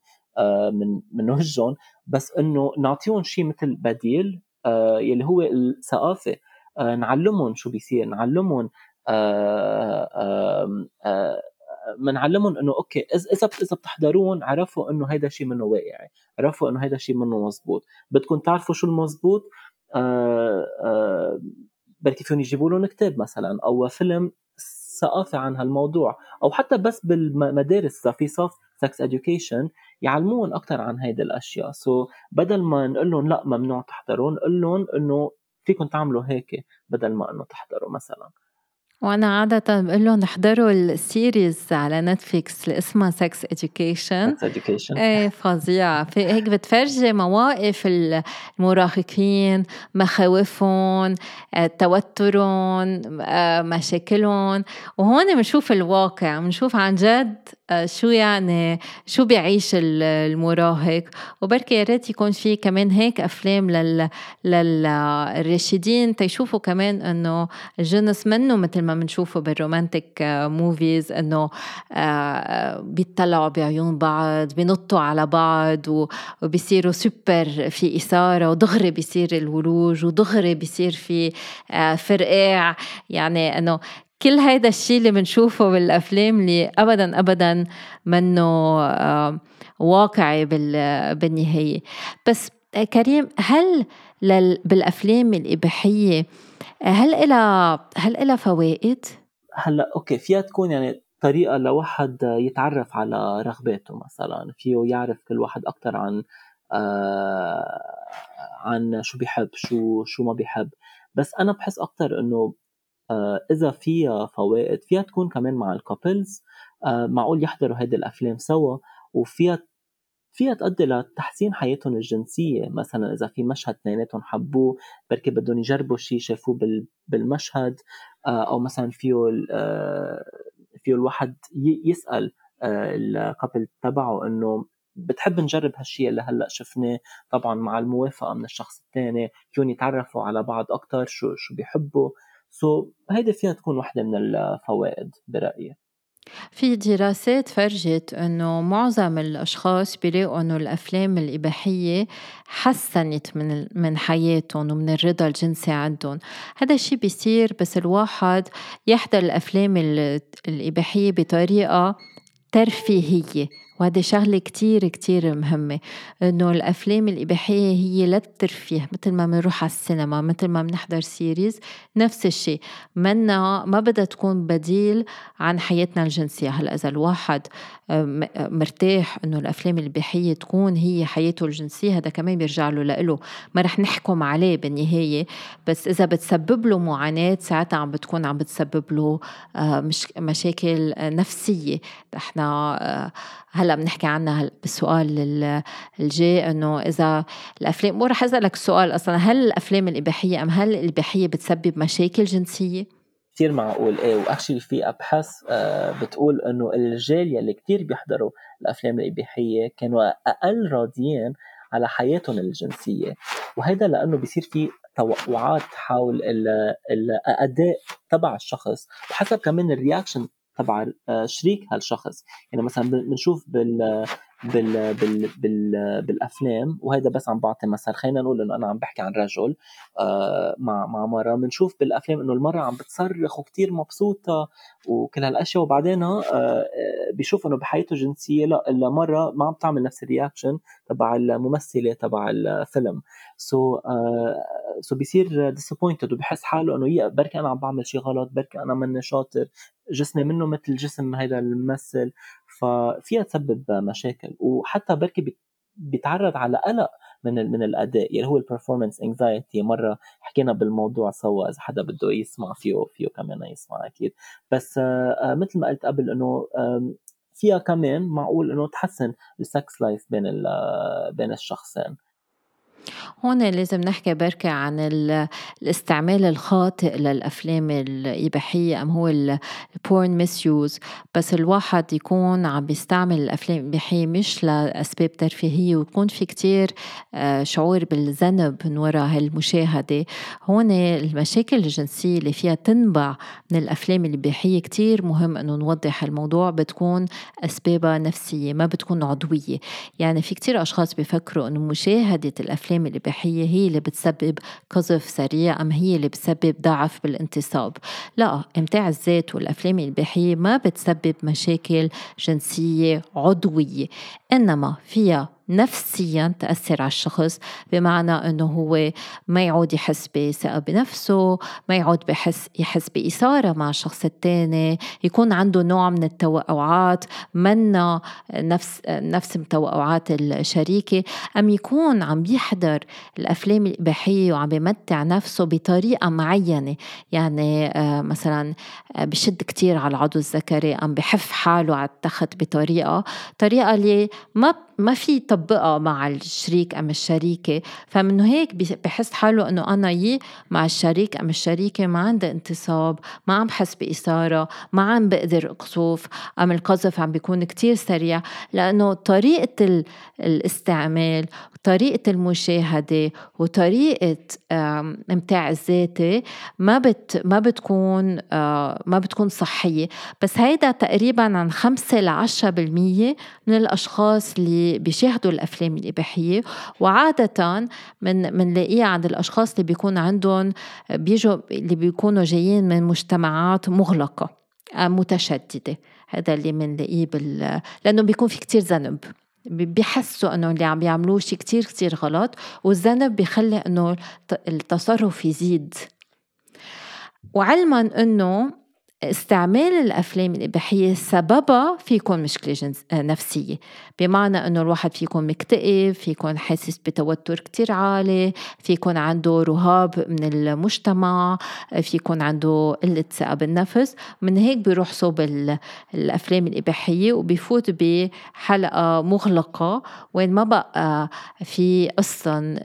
من وجههم، بس إنه نعطيهم شيء مثل بديل يلي هو الثقافة، نعلمهم شو بيصير، نعلمهم منعلمهم انه اوكي اذا بتحضرون عرفوا انه هيدا شيء منه واقعي، عرفوا انه هيدا شيء منه مزبوط، بدكم تعرفوا شو المزبوط. بركي فيهم يجيبوا لهم كتاب مثلا او فيلم ثقافي عن هالموضوع، او حتى بس بالمدارس اذا في صف سكس education يعلمون اكثر عن هيدي الاشياء. سو بدل ما نقول لهم لا ممنوع تحضرون، نقول لهم انه فيكم تعملوا هيك بدل ما انه تحضروا مثلا. وأنا عادة بقول لهم احضروا السيريز على نتفليكس اللي اسمها سكس education. Sex education ايه فظيعة، في هيك بتفرجي مواقف المراهقين، مخاوفهم، توترهم، مشاكلهم، وهون بنشوف الواقع، بنشوف عن جد شو يعني شو بيعيش المراهق. وبركي يا ريت يكون في كمان هيك أفلام للراشدين تيشوفوا كمان إنه الجنس منه مثل ما بنشوفه بالرومانتيك موفيز، إنه بيطلعوا بعيون بعض، بينطوا على بعض وبيصيروا سوبر في إثارة، ودغري بيصير الولوج، ودغري بيصير في فرقاع. يعني إنه كل هيدا الشيء اللي بنشوفه بالأفلام اللي أبداً منه واقعي بالنهاية. بس كريم، هل بالأفلام الإباحية هل إلها فوائد؟ هلا اوكي، فيها تكون يعني طريقة لواحد يتعرف على رغباته، مثلا فيه يعرف كل واحد أكتر عن شو بيحب شو ما بيحب. بس أنا بحس أكتر إنه إذا فيها فوائد فيها تكون كمان مع الكابلز، معقول يحضروا هيدي الأفلام سوا، فيها تؤدي لتحسين حياتهم الجنسية. مثلا إذا في مشهد اثنيناتهم حبوه، بركي بدهم يجربوا شيء شافوه بالمشهد، أو مثلا فيه الواحد يسأل الكابل تبعه إنه بتحب نجرب هالشيء اللي هلأ شفناه، طبعا مع الموافقة من الشخص الثاني، فيهم يتعرفوا على بعض أكتر شو بيحبوا. هيدي فيها تكون واحدة من الفوائد برأيي. في دراسات فرجت أنه معظم الأشخاص بيلاقوا أنه الأفلام الإباحية حسنت من حياتهم ومن الرضا الجنسي عندهم. هذا الشيء بيصير بس الواحد يحضر الأفلام الإباحية بطريقة ترفيهية وهذه شغلة كتير كتير مهمة، إنه الأفلام الإباحية هي للترفيه، مثل ما بنروح على السينما، مثل ما بنحضر سيريز، نفس الشيء. ما بدها تكون بديل عن حياتنا الجنسية. هلأ إذا الواحد مرتاح إنه الأفلام الإباحية تكون هي حياته الجنسية، هذا كمان بيرجع له لإله، ما رح نحكم عليه بالنهاية. بس إذا بتسبب له معاناة، ساعتها عم بتكون عم بتسبب له مشاكل نفسية. احنا هلا بنحكي عنها بالسؤال الجاي، انه اذا الافلام، مو رح اسالك السؤال اصلا، هل الافلام الاباحيه ام هل الاباحيه بتسبب مشاكل جنسيه؟ كتير معقول ايه. واكشلي في ابحاث بتقول انه الرجال يلي كتير بيحضروا الافلام الاباحيه كانوا اقل راضيين على حياتهم الجنسيه، وهذا لانه بيصير في توقعات حول الاداء تبع الشخص، وحسب كمان الرياكشن تبع شريك هالشخص. يعني مثلا بنشوف بالافلام، وهذا بس عم بعطي مثل، خلينا نقول انه انا عم بحكي عن رجل مع مرة، بنشوف بالافلام انه المرة عم بتصرخ وكتير مبسوطة وكل هالاشياء، وبعدين بيشوف انه بحياته الجنسية لا، الا مرة ما عم تعمل نفس الرياكشن تبع الممثلة تبع الفيلم. سو بيصير disappointed، وبحس حاله انه بركي انا عم بعمل شيء غلط، بركي انا مني شاطر، جسمي منه مثل جسم هيدا الممثل. ففيها تسبب مشاكل، وحتى بركي بيتعرض على قلق من الاداء يلي هو البرفورمانس انكزايتي. مره حكينا بالموضوع سوا، اذا حدا بده يسمع فيه كمان يسمع اكيد. بس مثل ما قلت قبل انه فيها كمان معقول انه تحسن السكس لايف بين الشخصين. هون لازم نحكي بركة عن الاستعمال الخاطئ للأفلام الإباحية، أم هو البورن ميسيوز. بس الواحد يكون عم بيستعمل الأفلام الإباحية مش لأسباب ترفيهية، ويكون في كتير شعور بالذنب من وراء هالمشاهدة. هون المشاكل الجنسية اللي فيها تنبع من الأفلام الإباحية كتير مهم أنه نوضح الموضوع، بتكون أسبابها نفسية، ما بتكون عضوية. يعني في كتير أشخاص بيفكروا أنه مشاهدة الأفلام الإباحية هي اللي بتسبب قذف سريع، أم هي اللي بتسبب ضعف بالانتصاب. لا، إمتاع الذات والأفلام الإباحية ما بتسبب مشاكل جنسية عضوية، إنما فيها نفسيا تأثر على الشخص، بمعنى أنه هو ما يعود يحس بثقة بنفسه، ما يعود يحس بإثارة مع الشخص التاني، يكون عنده نوع من التوقعات منا نفس توقعات الشريكة، أم يكون عم بيحضر الأفلام الإباحية وعم بيمتع نفسه بطريقة معينة. يعني مثلا بشد كتير على العضو الذكري، أم بحف حاله على التخت بطريقة اللي ما في يطبقها مع الشريك أم الشريكة. فمنه هيك بحس حاله أنه أنا مع الشريك أم الشريكة ما عندي انتصاب، ما عم بحس بإثارة، ما عم بقدر أقصف، أم القذف عم بيكون كتير سريع. لأنه طريقة الاستعمال وطريقة المشاهدة وطريقة امتاع الذاتي ما بتكون صحية. بس هيدا تقريبا عن 5-10% من الأشخاص اللي بيشاهدوا الأفلام الإباحية. وعادة منلاقيه عند الأشخاص اللي بيكون عندهم اللي بيكونوا جايين من مجتمعات مغلقة متشددة. هذا اللي منلاقيه لأنه بيكون في كتير ذنب، بيحسوا أنه اللي عم بيعملوه شيء كتير كتير غلط، والذنب بيخلي أنه التصرف يزيد. وعلما أنه استعمال الأفلام الإباحية سببها في يكون مشكلة نفسية، بمعنى أنه الواحد في يكون مكتئب، في يكون حاسس بتوتر كتير عالي، في يكون عنده رهاب من المجتمع، في يكون عنده قلة ثقة بالنفس. من هيك بيروح صوب الأفلام الإباحية وبيفوت بحلقة مغلقة وين ما بقى في أصلا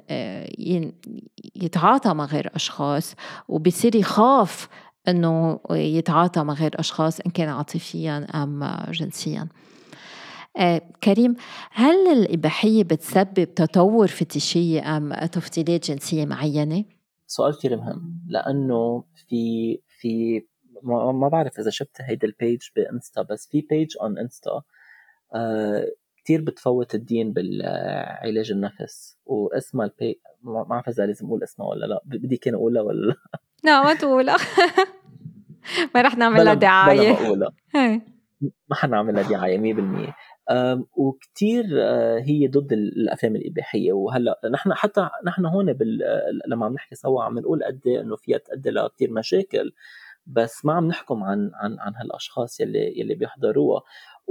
يتعاطى مع غير أشخاص، وبيصير يخاف أنه يتعاطى مع غير أشخاص إن كان عاطفيا أم جنسيا. كريم، هل الإباحية بتسبب تطور فتيشية أم تفضيلات جنسية معينة؟ سؤال كتير مهم، لأنه في ما بعرف إذا شفت هيدا البيج بإنستا، بس في بيج on إنستا كتير بتفوت الدين بالعلاج النفس، واسمها ما بعرف إذا لازم أقول اسمها ولا لا، بدي كان أقولها ولا لا؟ لا، ما تقولها. ما رح نعمل لها بلا دعاية. ما أقولها، ما حنعملها دعاية 100%. وكتير هي ضد الأفلام الإباحية. وهلأ نحن هون لما عم نحكي سوا عم نقول قد إيه إنه فيها تؤدي لكتير مشاكل، بس ما عم نحكم عن هالاشخاص يلي بيحضروها.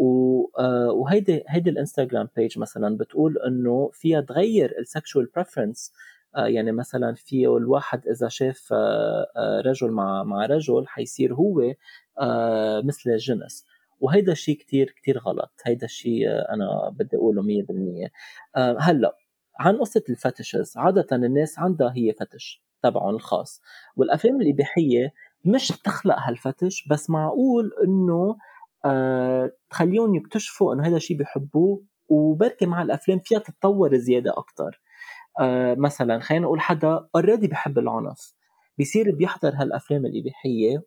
وهيدي الانستغرام بيج مثلا بتقول انه فيها تغير السكشوال بريفرنس. يعني مثلا فيه الواحد اذا شاف رجل مع رجل حيصير هو مثل الجنس. وهيدا الشيء كتير كتير غلط. هيدا الشيء انا بدي اقوله 100%. هلا عن قصة الفتشز، عادة الناس عندها هي فتش تبعهم الخاص، والأفلام الإباحية مش تخلق هالفتش، بس معقول انه تخليهم يكتشفوا انه هذا الشيء بيحبوه، وبركي مع الافلام فيها تتطور زياده اكتر. مثلا خلينا نقول حدا اوريدي بحب العنف، بيصير بيحضر هالافلام الاباحيه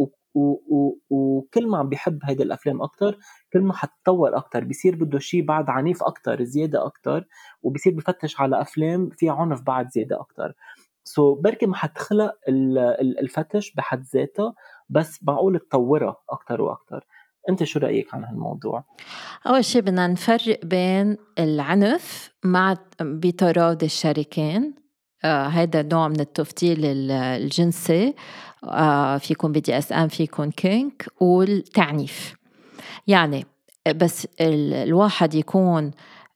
وكل ما عم بيحب هيدي الافلام اكتر كل ما حتطور اكتر، بيصير بده شيء بعد عنيف اكتر زياده اكتر، وبيصير بفتش على افلام فيها عنف بعد زياده اكتر. بركي ما حتخلق الفتش بحد ذاتها، بس معقول تطورها اكتر واكتر. انت شو رايك عن هالموضوع؟ أول شيء بدنا نفرق بين العنف مع بتراضي الشريكين. هيدا نوع من التفضيل الجنسي. فيكون BDSM، فيكون كينك، والتعنيف. يعني بس الواحد يكون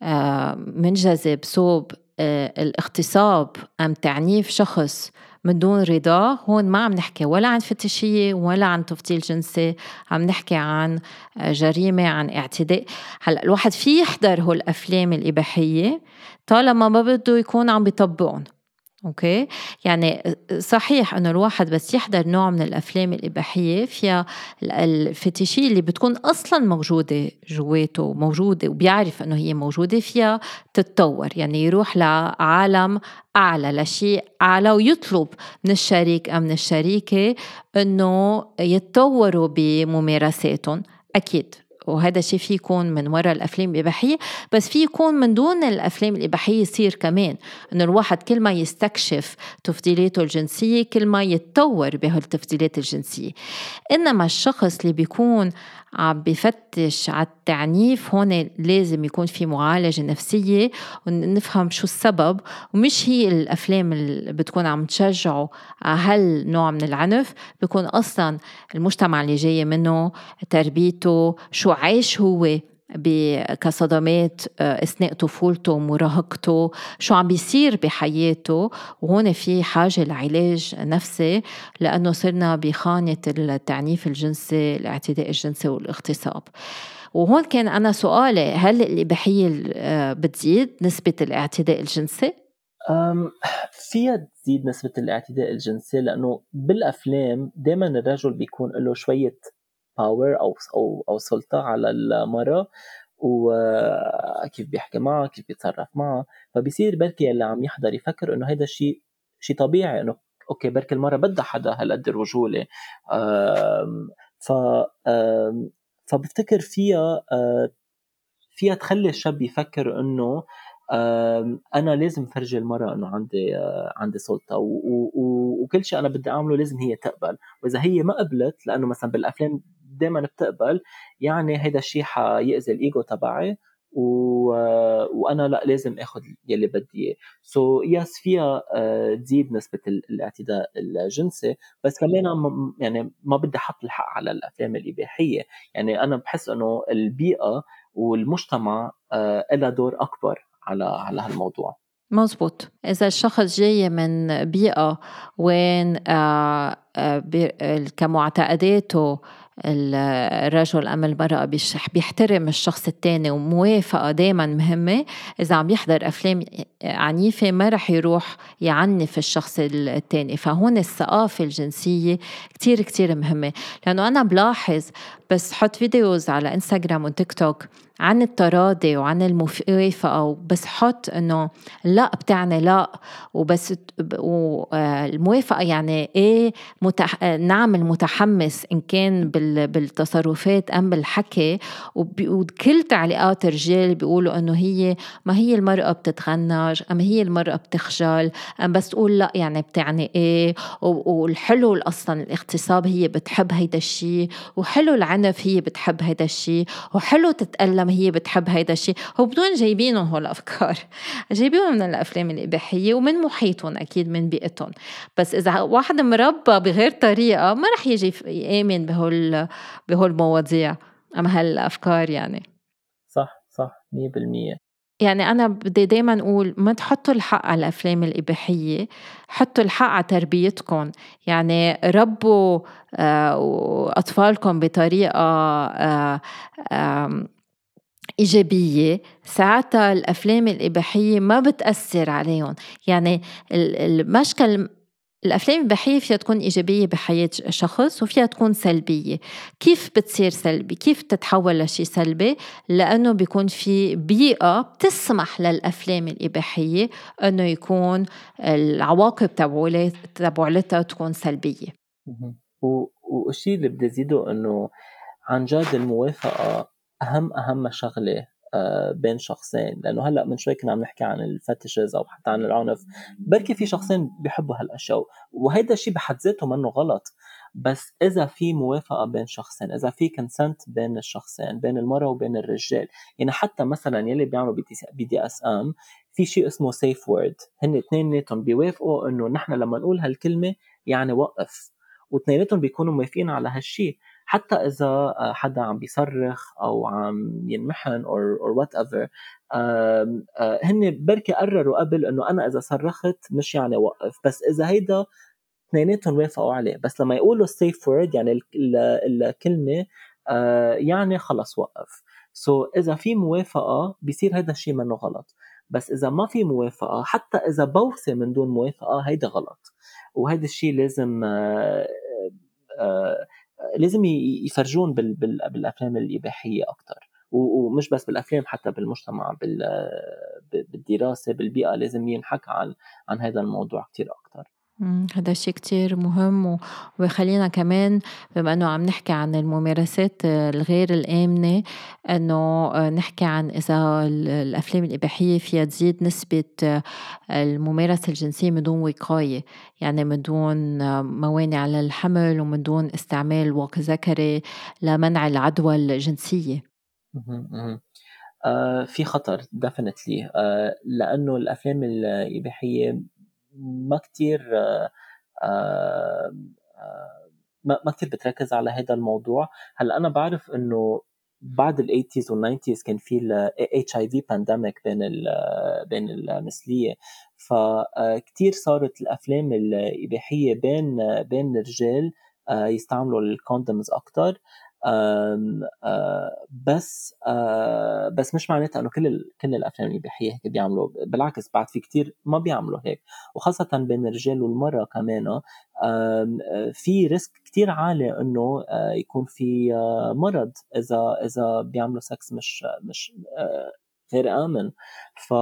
منجذب صوب الاغتصاب أم تعنيف شخص من دون رضا، هون ما عم نحكي ولا عن فتشية ولا عن تفضيل جنسي، عم نحكي عن جريمة، عن اعتداء. هلأ الواحد فيه يحضر هول الأفلام الإباحية طالما ما بده يكون عم بيطبقهم. أوكي، يعني صحيح إنه الواحد بس يحضر نوع من الأفلام الإباحية فيها الفتيشية اللي بتكون أصلاً موجودة جواته، موجودة وبيعرف إنه هي موجودة، فيها تتطور، يعني يروح لعالم أعلى، لشيء أعلى، ويطلب من الشريك أو من الشريكة إنه يتطوروا بممارساتهم. أكيد، وهذا الشيء فيه يكون من وراء الأفلام الإباحية، بس فيه يكون من دون الأفلام الإباحية. يصير كمان إنه الواحد كل ما يستكشف تفضيلاته الجنسية كل ما يتطور بهالتفضيلات الجنسية. إنما الشخص اللي بيكون عم بفتش على التعنيف، هون لازم يكون في معالجة نفسية ونفهم شو السبب، ومش هي الأفلام اللي بتكون عم تشجعه على هالنوع من العنف. بيكون أصلا المجتمع اللي جاي منه، تربيته، شو عايش هو كصدمات أثناء طفولته ومراهقته، شو عم بيصير بحياته. وهون في حاجة لعلاج نفسي، لأنه صرنا بخانة التعنيف الجنسي، الاعتداء الجنسي والاغتصاب. وهون كان أنا سؤالي، هل الإباحية بتزيد نسبة الاعتداء الجنسي؟ فيها تزيد نسبة الاعتداء الجنسي، لأنه بالأفلام دائما الرجل بيكون له شوية باور أو سلطة على المرأة، وكيف بيحكي معها، كيف بيتصرف معها. فبيصير بركي اللي عم يحضر يفكر إنه هذا شيء طبيعي، إنه أوكي بركي المرأة بدها حدا هالقد الرجولة. ف فبفتكر فيها تخلي الشاب يفكر إنه أنا لازم فرجي المرأة إنه عندي سلطة، وكل شيء أنا بدي أعمله لازم هي تقبل. وإذا هي ما قبلت، لأنه مثلا بالأفلام دائما بتقبل، يعني هيدا الشيء حيأذي الإيجو تبعي، وأنا لا لازم أخذ يلي بدي إياه. يس فيها تزيد نسبة الاعتداء الجنسي، بس كمان يعني ما بدي أحط الحق على الأفلام الإباحية. يعني أنا بحس إنه البيئة والمجتمع لها دور أكبر على هالموضوع. مزبوط. إذا الشخص جاي من بيئة وين كمعتقداته الرجل أم المرأة بيحترم الشخص التاني وموافقة دايما مهمة، إذا عم يحضر أفلام عنيفة ما رح يروح يعنف الشخص التاني. فهون الثقافة الجنسية كتير كتير مهمة، لأنه أنا بلاحظ بس حط فيديوز على إنستغرام وتيك توك عن التراضي وعن الموافقة، وبس حط إنه لا بتعني لا، وبس الموافقة يعني إيه، نعمل متحمس إن كان بالتصرفات أم بالحكي. وكل تعليقات الرجال بيقولوا إنه ما هي المرأة بتتغنج، أم هي المرأة بتخجل، أم بس تقول لا يعني بتعني إيه. والحلو أصلا الاغتصاب هي بتحب هيدا الشيء، وحلو العنف هي بتحب هيدا الشيء، وحلو تتألم العالم هي بتحب هيدا الشيء، هو بدون جايبينهم هول الأفكار جايبينهم من الأفلام الإباحية ومن محيطهم أكيد من بيئتهم. بس إذا واحد مربى بغير طريقة ما رح يجي يآمن بهول المواضيع أما هالأفكار يعني. صح 100%. يعني أنا بدي دايما أقول ما تحطوا الحق على الأفلام الإباحية، حطوا الحق على تربيتكم. يعني ربوا أطفالكم بطريقة إيجابية، ساعتها الأفلام الإباحية ما بتأثر عليهم. يعني المشكل الأفلام الإباحية فيها تكون إيجابية بحياة شخص وفيها تكون سلبية. كيف بتصير سلبي؟ كيف تتحول لشي سلبي؟ لأنه بيكون في بيئة بتسمح للأفلام الإباحية أنه يكون العواقب تبعولتها تكون سلبية. والشيء اللي بدي زيده أنه عن جد الموافقة أهم شغلة بين شخصين، لأنه هلأ من شوي كنا عم نحكي عن الفتشز أو حتى عن العنف. بركي في شخصين بيحبوا هالأشياء وهيدا الشيء بحد ذاته منه غلط، بس إذا في موافقة بين شخصين، إذا في كونسنت بين الشخصين، بين المرأة وبين الرجال. يعني حتى مثلا يلي بيعملوا BDSM في شيء اسمه safe word، هن اثنيناتهم بيوافقوا إنه نحن لما نقول هالكلمة يعني وقف، واثنيناتهم بيكونوا موافقين على هالشيء. حتى إذا حدا عم بيصرخ أو عم ينمحن or whatever، هن بركي قرروا قبل إنه أنا إذا صرخت مش يعني وقف، بس إذا هيدا اثنيناتهم وافقوا عليه. بس لما يقولوا safe word يعني الكلمة يعني خلص وقف. إذا في موافقة بيصير هيدا الشيء منه غلط، بس إذا ما في موافقة حتى إذا بوصي من دون موافقة هيدا غلط. وهيدا الشيء لازم يفرجون بالأفلام الإباحية أكتر، ومش بس بالأفلام حتى بالمجتمع بالدراسة بالبيئة لازم ينحكى عن هذا الموضوع كتير أكتر. هذا الشيء كتير مهم ويخلينا كمان بما أنه عم نحكي عن الممارسات الغير الآمنة أنه نحكي عن إذا الأفلام الإباحية فيها تزيد نسبة الممارسة الجنسية من دون وقاية، يعني من دون موانع على الحمل ومن دون استعمال واقي ذكري لمنع العدوى الجنسية. في خطر definitely، لأنه الأفلام الإباحية ما كتير ما كتير بتركز على هذا الموضوع. هلا أنا بعرف إنه بعد ال80s وال90s كان في ال HIV pandemic بين المثلية، فكتير صارت الأفلام الإباحية بين الرجال يستعملوا الكوندومز أكتر. بس مش معناتها انه كل الافلام الاباحيه هيك بيعملوا، بالعكس بعد في كتير ما بيعملوا هيك، وخاصه بين الرجال والمراه كمان. في ريسك كتير عالي انه يكون في مرض اذا بيعملوا سكس مش غير امن. ف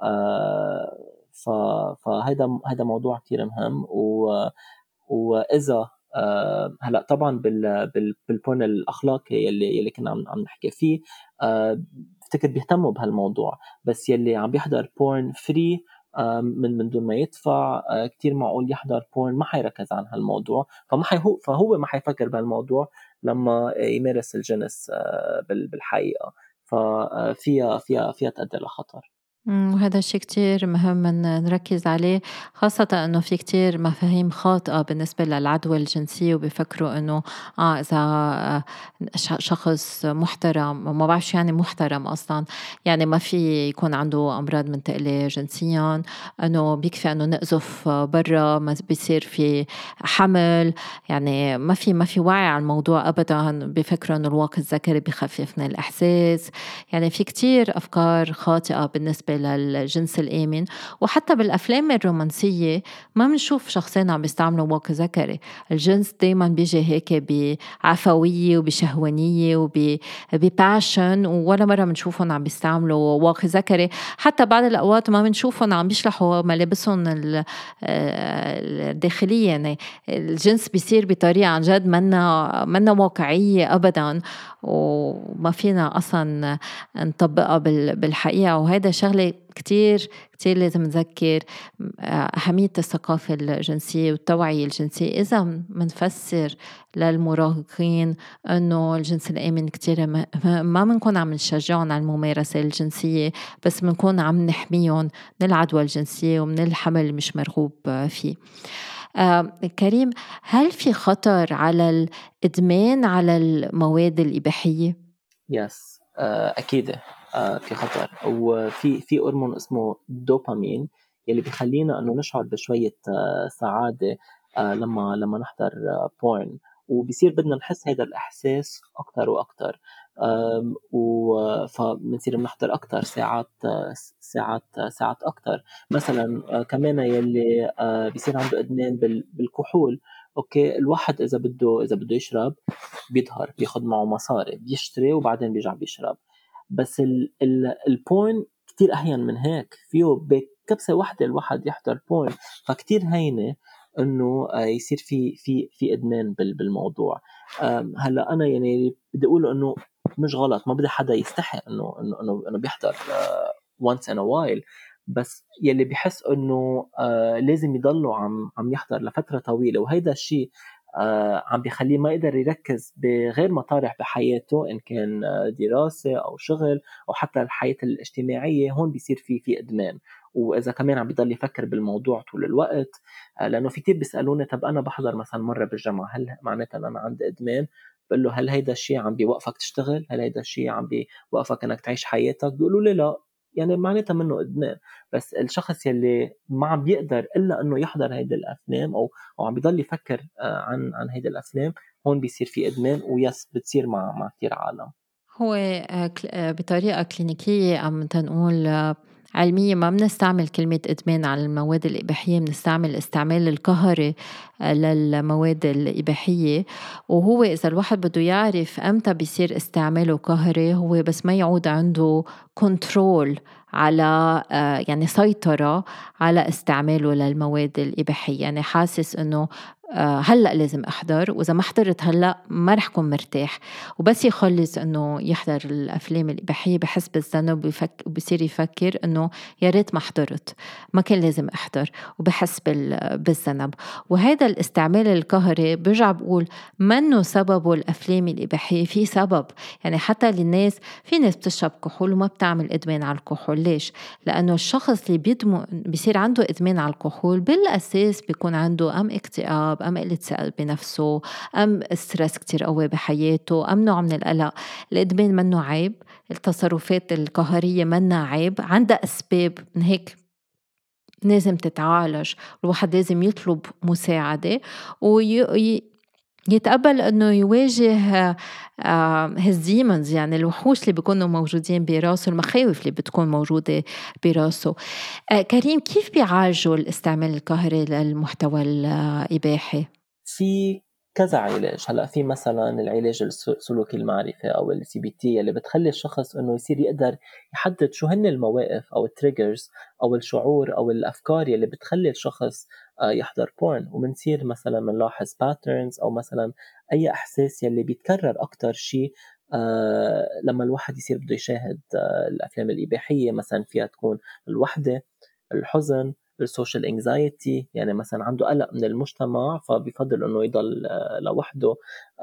فهذا موضوع كتير مهم. واذا هلا طبعا بالبورن الاخلاقي يلي كنا عم نحكي فيه، بفتكر بيهتموا بهالموضوع، بس يلي عم بيحضر بورن فري من دون ما يدفع كتير معقول يحضر بورن ما حيركز عن هالموضوع، فهو ما حيفكر بهالموضوع لما يمارس الجنس بالحقيقة، فيها تؤدي لخطر. وهذا الشيء كتير مهم نركز عليه، خاصة أنه في كتير مفاهيم خاطئة بالنسبة للعدوى الجنسية وبيفكروا أنه إذا شخص محترم ما بعرف شو يعني محترم أصلا، يعني ما في يكون عنده أمراض منتقلة جنسيا، أنه بيكفي أنه نقذف برا ما بيصير في حمل. يعني ما في وعي على الموضوع أبدا، بيفكروا أنه الواقي الذكري بيخفف من الإحساس. يعني في كتير أفكار خاطئة بالنسبة للجنس الآمن. وحتى بالأفلام الرومانسية ما منشوف شخصين عم بيستعملوا واقي ذكري، الجنس دايما بيجي هيك بعفوية وبشهوانية وبباشن، ولا مرة منشوفهم عم بيستعملوا واقي ذكري. حتى بعض الأوقات ما منشوفهم عم بيشلحوا ملابسهم الداخلية، يعني الجنس بيصير بطريقة عن جد منا واقعية أبدا، وما فينا أصلا نطبقها بالحقيقة. وهذا شغلة كتير كتير لازم نذكر أهمية الثقافة الجنسية والتوعية الجنسية. إذا منفسر للمراهقين إنه الجنس الآمن كتير ما منكون عم نشجعهم على الممارسة الجنسية، بس منكون عم نحميهم من العدوى الجنسية ومن الحمل اللي مش مرغوب فيه. كريم، هل في خطر على الإدمان على المواد الإباحية؟ يس أكيد. في خطر، وفي هرمون اسمه دوبامين يلي بيخلينا إنه نشعر بشوية سعادة لما نحضر بورن، وبصير بدنا نحس هذا الإحساس أكتر وأكتر. فبنصير بنحضر أكتر ساعات أكتر. مثلا كمان يلي بيصير عنده إدمان بالكحول. أوكي، الواحد إذا بده يشرب بيظهر بياخد معه مصاري بيشتري وبعدين بيرجع بيشرب. بس البورن كتير أهين من هيك، فيه بكبسة واحدة الواحد يحضر بورن، فكتير هينة انه يصير في ادمان بالموضوع. هلا انا يعني بدي اقول انه مش غلط، ما بدي حدا يستحي انه بيحضر once in a while، بس يلي بيحس انه لازم يضلوا عم يحضر لفتره طويله، وهيدا الشيء عم بيخليه ما يقدر يركز بغير مطارح بحياته، ان كان دراسه او شغل او حتى الحياه الاجتماعيه، هون بيصير في ادمان. واذا كمان عم بيضل يفكر بالموضوع طول الوقت، لانه في كتير بيسالوني طب انا بحضر مثلا مره بالجامعه، هل معناتها انا عندي ادمان؟ بقول له هل هيدا الشيء عم بيوقفك تشتغل؟ هل هيدا الشيء عم بيوقفك انك تعيش حياتك؟ بيقولوا لي لا، يعني معناتها منه ادمان. بس الشخص يلي ما عم بيقدر الا انه يحضر هيدي الافلام او عم بيضل يفكر عن هيدي الافلام، هون بيصير في ادمان. ويس بتصير مع كثير عالم. هو بطريقة كلينيكية عم تنقول علمية ما بنستعمل كلمة إدمان على المواد الإباحية، بنستعمل الاستعمال القهري للمواد الإباحية. وهو إذا الواحد بده يعرف أمتى بيصير استعماله قهري، هو بس ما يعود عنده كنترول على يعني سيطرة على استعماله للمواد الإباحية، يعني حاسس إنه هلأ لازم أحضر، وإذا ما حضرت هلأ ما رح كون مرتاح. وبس يخلص إنه يحضر الأفلام الإباحية بحس بالذنب، وبصير يفكر إنه يا ريت ما حضرت، ما كان لازم أحضر، وبحس بالذنب. وهذا الاستعمال القهري برجع بقول منه سببه الأفلام الإباحية، في سبب. يعني حتى للناس، في ناس بتشرب كحول وما بتعمل إدمان على الكحول. ليش؟ لأنه الشخص اللي بيصير عنده إدمان على الكحول بالأساس بيكون عنده أم اكتئاب، أم قلة ثقة بنفسه، أم ستريس كتير قوي بحياته، أم نوع من القلق. الإدمان منه عيب، التصرفات القهرية منها عيب، عندها أسباب، من هيك لازم تتعالج. الواحد لازم يطلب مساعدة يتقبل انه يواجه his demons، يعني الوحوش اللي بيكونوا موجودين براسه، المخاوف اللي بتكون موجودة براسه. كريم، كيف بيعالجوا الاستعمال القهري للمحتوى الإباحي؟ في كذا علاج. هلا في مثلا العلاج السلوكي المعرفي او السي بي تي، اللي بتخلي الشخص انه يصير يقدر يحدد شو هن المواقف او التريجرز او الشعور او الافكار اللي بتخلي الشخص يحضر بورن. وبنصير مثلا بنلاحظ باترنز، او مثلا اي احساس يلي بيتكرر اكتر شيء لما الواحد يصير بده يشاهد الافلام الاباحيه. مثلا فيها تكون الوحده، الحزن، السوشيال انكزايتي، يعني مثلا عنده قلق من المجتمع فبيفضل انه يضل لوحده.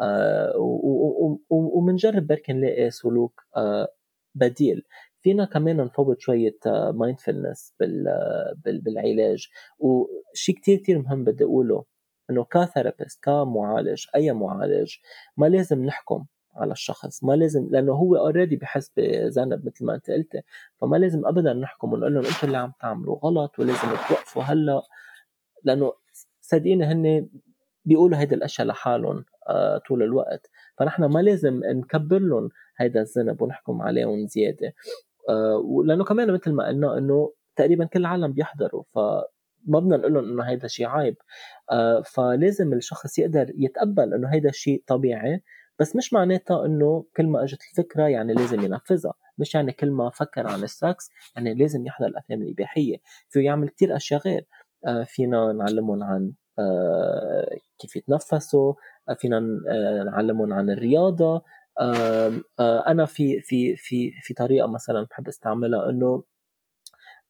ومنجرب بركي نلاقي سلوك بديل. فينا كمان نفوت شوية مايندفولنس بالعلاج. وشي كتير كتير مهم بدي أقوله، إنه كثيرابيست، كمعالج، أي معالج، ما لازم نحكم على الشخص، ما لازم، لأنه هو اوريدي بحس بذنب مثل ما أنت قلت. فما لازم ابدا نحكم ونقول لهم انتم اللي عم تعملوا غلط ولازم توقفوا هلا، لانه صدقيني هن بيقولوا هيدي الاشياء لحالهم طول الوقت. فنحن ما لازم نكبر لهم هيدا الذنب ونحكم عليهم زياده. لانه كمان مثل ما قلنا انه تقريبا كل العالم بيحضروا، فما بدنا نقول لهم انه هيدا شيء عيب. فلازم الشخص يقدر يتقبل انه هيدا شيء طبيعي، بس مش معناتها انه كل ما اجت الفكره يعني لازم ينفذها. مش يعني كل ما فكر عن السكس يعني لازم يحضر الافلام الاباحيه. فيه يعمل كتير اشياء غير. فينا نعلمهم عن كيف يتنفسوا، فينا نعلمهم عن الرياضه. انا في طريقه مثلا بحب استعملها، انه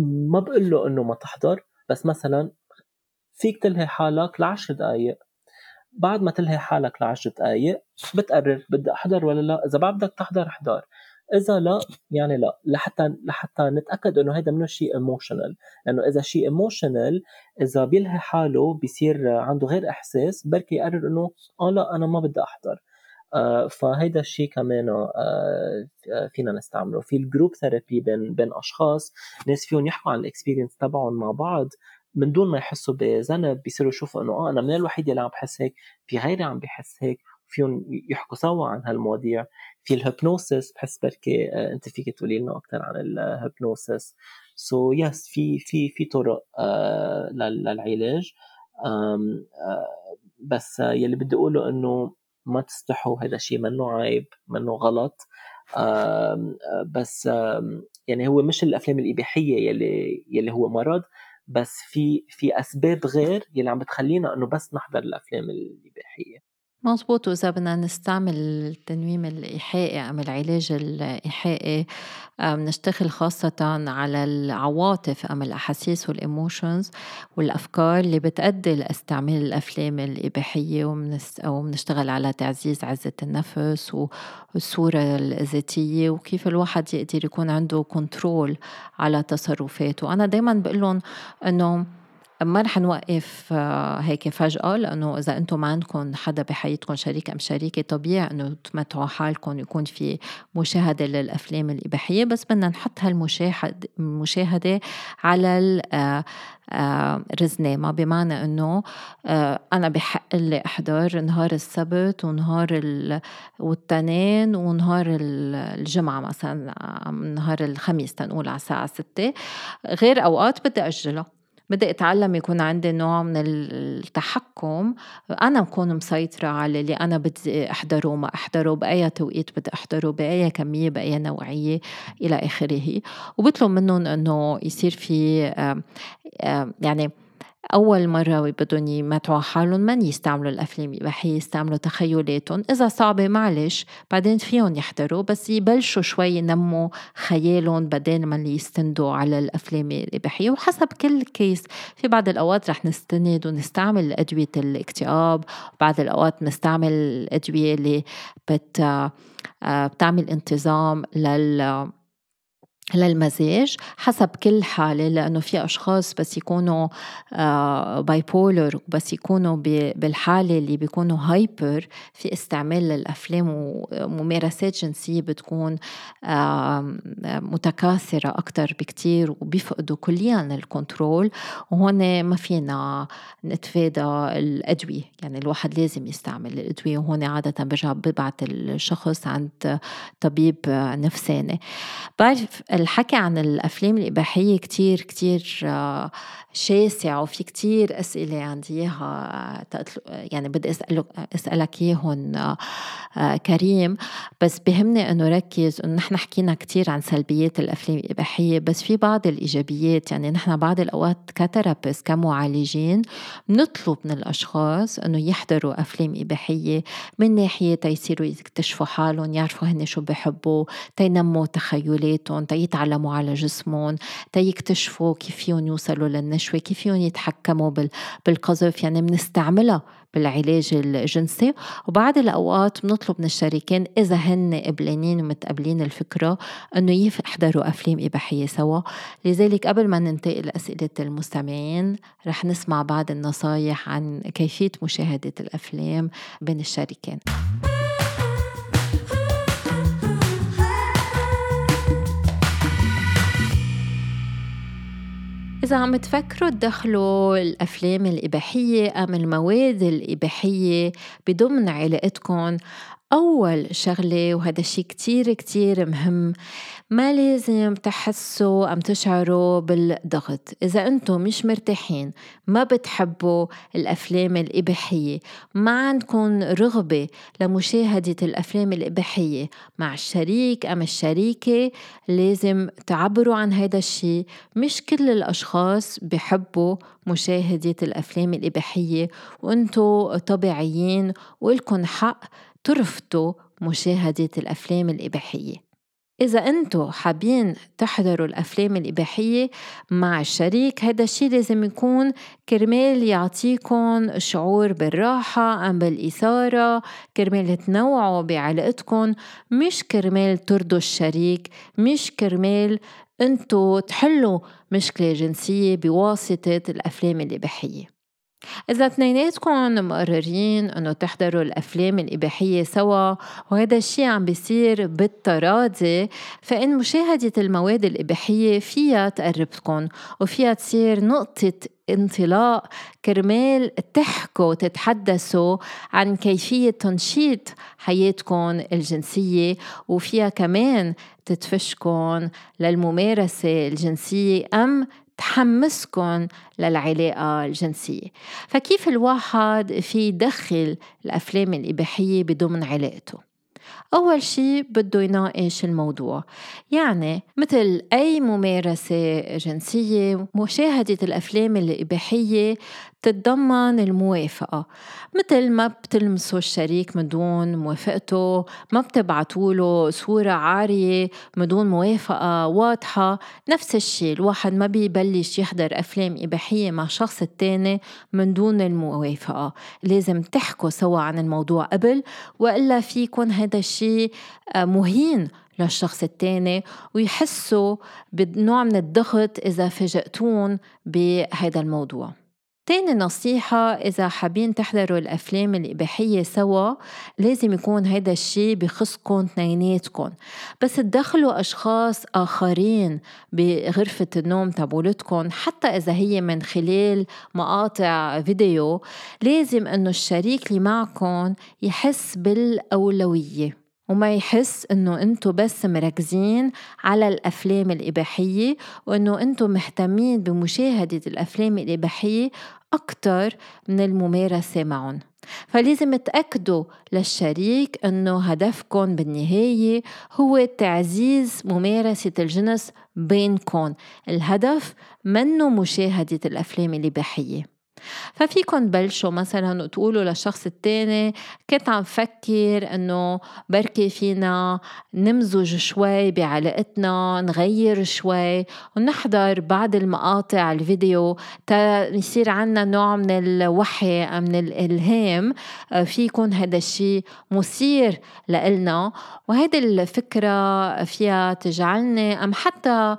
ما بقول له إنه ما تحضر، بس مثلا فيك تلهي حالك ل10 دقايق. بعد ما تلهي حالك ل10 دقايق بتقرر بدي أحضر ولا لا. إذا بعد بدك تحضر احضر، إذا لا يعني لا، لحتى نتأكد إنه هيدا منه شيء ايموشنال. لأنه إذا شيء ايموشنال، إذا بيلهي حاله بيصير عنده غير إحساس، بركي يقرر إنه لا أنا ما بدي أحضر. فهيدا الشيء كمان فينا نستعمله في الجروب ثيرابي بين أشخاص، ناس فيهم يحكوا عن الاكسبيرينس تبعهم مع بعض من دون ما يحسوا بذنب. بيصيروا يشوفوا انه انا من الوحيد اللي عم بحس هيك، في غيري عم بحس هيك، فيهم يحكوا سوا عن هالمواضيع. في الهيبنوسيس، بحس بركي انت فيك تقولي لنا اكثر عن الهيبنوسيس. سو يس، في طرق للعلاج. بس يلي بدي اقوله انه ما تستحوا، هذا شيء منه عيب، منه غلط. بس يعني هو مش الافلام الاباحيه يلي هو مرض، بس في اسباب غير يلي عم بتخلينا انه بس نحضر الافلام الاباحيه. مظبوط. وإذا بدنا نستعمل التنويم الإيحائي أم العلاج الإيحائي، بنشتغل خاصة على العواطف أم الأحاسيس والإيموشنز والأفكار اللي بتأدي لاستعمال الأفلام الإباحية، وبنشتغل على تعزيز عزة النفس والصورة الذاتية، وكيف الواحد يقدر يكون عنده كنترول على تصرفاته. أنا دايما بقولهم أنه ما رح نوقف هيك فجأة، لأنه إذا أنتم ما عندكم حدا بحياتكم شريك أم شريكة، طبيعي أنه تمتعوا حالكم يكون في مشاهدة للأفلام الإباحية، بس بدنا نحط هالمشاهدة على الرزنامة. بمعنى أنه أنا بحق لي أحضر نهار السبت ونهار والتنين ونهار الجمعة، مثلا نهار الخميس تنقول على الساعة 6، غير أوقات بدي أجلها. بدي أتعلم يكون عندي نوع من التحكم، أنا بكون مسيطرة على اللي أنا بدي أحضره وما أحضره، بأي توقيت بدي أحضره، بأي كمية، بأي نوعية، إلى آخره. وبطلب منهم أنه يصير في يعني أول مرة بدهم يمتعوا حالهم من يستعملوا الأفلام الإباحية، يستعملوا تخيلاتهم. إذا صعبة معلش بعدين فيهم يحضروا، بس يبلشوا شوي ينموا خيالهم بدل ما اللي يستندوا على الأفلام الإباحية. وحسب كل كيس، في بعض الأوقات رح نستند ونستعمل أدوية الاكتئاب، بعض الأوقات نستعمل الأدوية اللي بتعمل انتظام للمزاج، حسب كل حالة. لأنه في أشخاص بس يكونوا بايبولر، وبس يكونوا بالحالة اللي بيكونوا هايبر، في استعمال للأفلام وممارسات جنسية بتكون متكاثرة أكتر بكتير، وبيفقدوا كليا الكنترول. وهون ما فينا نتفادى الأدوية، يعني الواحد لازم يستعمل الأدوية. وهون عادة برجع ببعت الشخص عند طبيب نفساني. بعرف الحكي عن الأفلام الإباحية كتير كتير شاسع، وفي كتير أسئلة عندي إياها، يعني بدي أسألك إياهن كريم. بس بهمني أنه ركز أنه نحن حكينا كتير عن سلبيات الأفلام الإباحية، بس في بعض الإيجابيات. يعني نحن بعض الأوقات كثيرابيست كمعالجين نطلب من الأشخاص أنه يحضروا أفلام إباحية، من ناحية يصيروا يكتشفوا حالهم، يعرفوا هن شو بيحبوا، تينموا تخيلاتهم، تيتعلموا على جسمهم، تيكتشفوا كيف فيهم يوصلوا للنشوة، كيف فيهم يتحكموا بالقذف. يعني بنستعملها بالعلاج الجنسي. وبعد الأوقات بنطلب من الشريكين إذا هن قبلانين ومتقبلين الفكرة أنه يحضروا أفلام إباحية سوا. لذلك قبل ما ننتقل لأسئلة المستمعين، رح نسمع بعض النصايح عن كيفية مشاهدة الأفلام بين الشريكين. إذا عم تفكروا تدخلوا الأفلام الإباحية أم المواد الإباحية بضمن علاقتكم، أول شغلة، وهذا الشيء كتير كتير مهم، ما لازم تحسوا أم تشعروا بالضغط. إذا أنتم مش مرتاحين، ما بتحبوا الأفلام الإباحية، ما عندكم رغبة لمشاهدة الأفلام الإباحية مع الشريك أم الشريكة، لازم تعبروا عن هذا الشيء. مش كل الأشخاص بيحبوا مشاهدة الأفلام الإباحية، وأنتم طبيعيين، وإلكن حق ترفضوا مشاهدة الأفلام الإباحية. إذا أنتوا حابين تحضروا الأفلام الإباحية مع الشريك، هذا الشيء لازم يكون كرمال يعطيكم شعور بالراحة أم بالإثارة، كرمال تنوعوا بعلاقتكم، مش كرمال ترضوا الشريك، مش كرمال أنتوا تحلوا مشكلة جنسية بواسطة الأفلام الإباحية. إذا اتنيناتكم مقررين إنه تحضروا الأفلام الإباحية سوا وهذا الشي عم بيصير بالتراضي، فإن مشاهدة المواد الإباحية فيها تقربكم وفيها تصير نقطة انطلاق كرمال تحكوا تتحدثوا عن كيفية تنشيط حياتكم الجنسية، وفيها كمان تتفشكن للممارسة الجنسية أم تحمسكن للعلاقة الجنسية. فكيف الواحد في يدخل الأفلام الإباحية بضمن علاقته؟ أول شي بده يناقش الموضوع، يعني مثل أي ممارسة جنسية مشاهدة الأفلام الإباحية تتضمن الموافقة، مثل ما بتلمسوا الشريك من دون موافقته، ما بتبعتوله صورة عارية من دون موافقة واضحة. نفس الشي الواحد ما بيبلش يحضر أفلام إباحية مع شخص التاني من دون الموافقة، لازم تحكوا سوا عن الموضوع قبل، وإلا فيكن هذا الشيء مهين للشخص التاني ويحسوا بنوع من الضغط إذا فاجأتون بهذا الموضوع. تاني نصيحة، إذا حابين تحضروا الأفلام الإباحية سوا لازم يكون هيدا الشي بخصكن اثنيناتكن، بس تدخلوا أشخاص آخرين بغرفة النوم تبولتكن حتى إذا هي من خلال مقاطع فيديو، لازم أنه الشريك اللي معكن يحس بالأولوية وما يحس إنه أنتوا بس مركزين على الأفلام الإباحية وإنه أنتوا مهتمين بمشاهدة الأفلام الإباحية أكتر من الممارسة معهم. فلازم تأكدوا للشريك إنه هدفكم بالنهاية هو تعزيز ممارسة الجنس بينكم، الهدف منه مشاهدة الأفلام الإباحية. ففيكن بلشوا مثلا وتقولوا للشخص التاني كنت عم فكر انه بركي فينا نمزج شوي بعلاقتنا، نغير شوي ونحضر بعض المقاطع الفيديو يصير عنا نوع من الوحي من الإلهام. فيكن هذا الشيء مثير لإلنا، وهيدي الفكرة فيها تجعلني أم حتى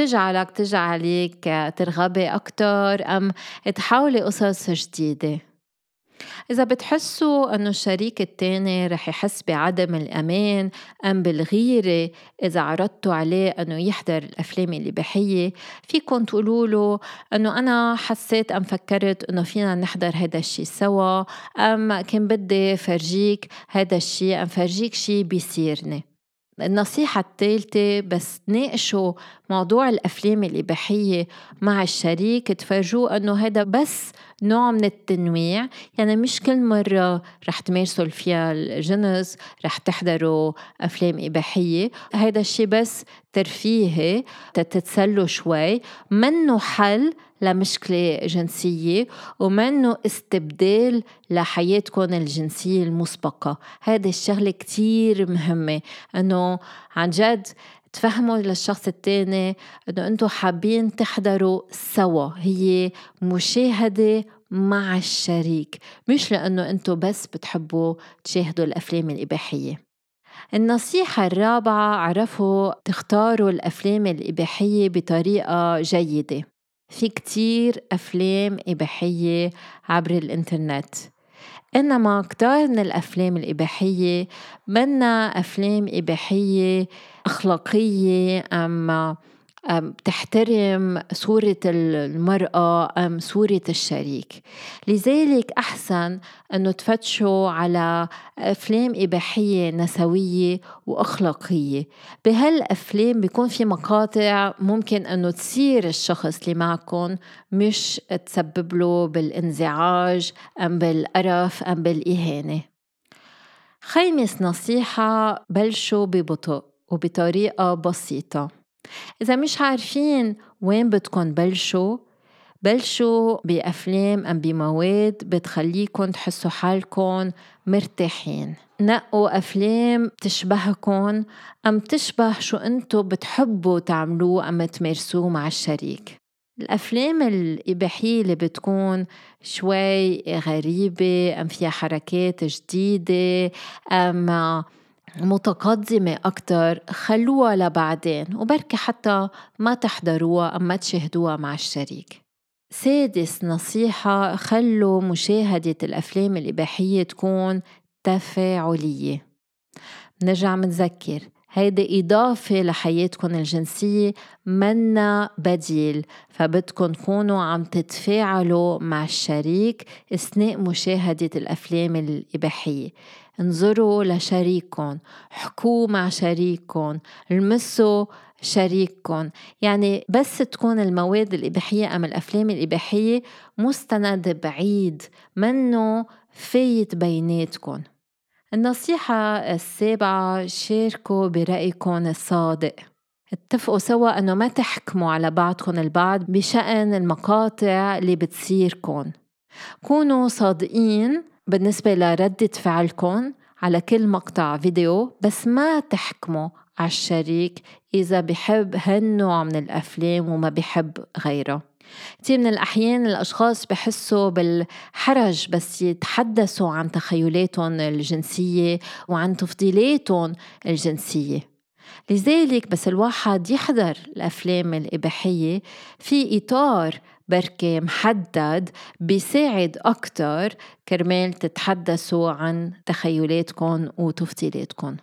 تجعلك ترغبي أكتر أم تحاولي قصص جديدة. إذا بتحسوا أنه الشريك التاني رح يحس بعدم الأمان أم بالغيرة إذا عرضتوا عليه أنه يحضر الأفلام الإباحية، فيكن تقولوله أنه أنا حسيت أم فكرت أنه فينا نحضر هذا الشي سوا، أم كان بدي فرجيك هذا الشي أم فرجيك شي بيصيرني. النصيحة الثالثة، بس تناقشوا موضوع الأفلام الإباحية مع الشريك تفرجوه أنه هذا بس نوع من التنويع، يعني مش كل مرة رح تمارسوا فيها الجنس رح تحضروا أفلام إباحية، هذا الشي بس ترفيهي تتسلوا شوي، منه حل لمشكلة جنسية ومنه استبدال لحياتكم الجنسية المسبقة. هذه الشغلة كتير مهمة، أنه عن جد تفهموا للشخص التاني أنه أنتوا حابين تحضروا سوا، هي مشاهدة مع الشريك مش لأنه أنتوا بس بتحبوا تشاهدوا الأفلام الإباحية. النصيحة الرابعة، عرفوا تختاروا الأفلام الإباحية بطريقة جيدة. في كتير أفلام إباحية عبر الإنترنت، إنما كتار من الأفلام الإباحية منا أفلام إباحية أخلاقية أم تحترم صورة المرأة أم صورة الشريك. لذلك أحسن أنه تفتشوا على أفلام إباحية نسوية وأخلاقية. بهالأفلام بيكون في مقاطع ممكن أنه تثير الشخص اللي معكم، مش تسبب له بالانزعاج أم بالقرف أم بالإهانة. خامس نصيحة، بلشوا ببطء وبطريقة بسيطة. إذا مش عارفين وين بدكن بلشوا، بلشوا بأفلام أم بمواد بتخليكن تحسوا حالكن مرتاحين. نقوا أفلام تشبهكن أم تشبه شو أنتو بتحبوا تعملوه أم تمارسوه مع الشريك. الأفلام الإباحية اللي بتكون شوي غريبة أم فيها حركات جديدة أم متقدمة أكتر خلوها لبعدين، وبركي حتى ما تحضروها أم ما تشاهدوها مع الشريك. سادس نصيحة: خلوا مشاهدة الأفلام الإباحية تكون تفاعلية. نرجع منذكر، هيدا إضافة لحياتكم الجنسية منا بديل، فبدكن تكونوا عم تتفاعلوا مع الشريك أثناء مشاهدة الأفلام الإباحية. انظروا لشريككم، حكوا مع شريككم، المسوا شريككم. يعني بس تكون المواد الإباحية أم الأفلام الإباحية مستند بعيد منه فايت بيناتكم. النصيحة السابعة: شاركوا برأيكم الصادق. اتفقوا سوا أنه ما تحكموا على بعضكم البعض بشأن المقاطع اللي بتصيركم. كونوا صادقين بالنسبة لردة فعلكم على كل مقطع فيديو، بس ما تحكموا على الشريك إذا بحب هالنوع من الأفلام وما بحب غيره. كتير من الأحيان الأشخاص بحسوا بالحرج بس يتحدثوا عن تخيلاتهم الجنسية وعن تفضيلاتهم الجنسية. لذلك بس الواحد يحضر الأفلام الإباحية في إطار بركة محدد بيساعد أكتر كرمال تتحدثوا عن تخيلاتكم وتفضيلاتكم.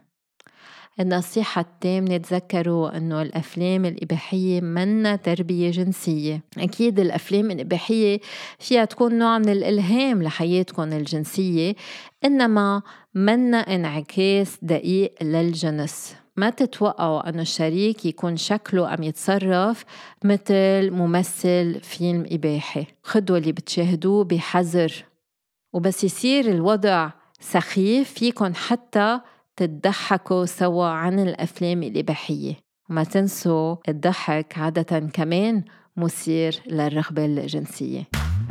النصيحة الثامنة: تذكروا أنه الأفلام الإباحية منا تربية جنسية. أكيد الأفلام الإباحية فيها تكون نوع من الإلهام لحياتكم الجنسية، إنما منا انعكاس دقيق للجنس. ما تتوقعوا أن الشريك يكون شكله أم يتصرف مثل ممثل فيلم إباحي. خدوا اللي بتشاهدوه بحذر، وبس يصير الوضع سخيف فيكن حتى تضحكوا سوا عن الأفلام الإباحية. وما تنسوا الضحك عادة كمان مثير للرغبة الجنسية.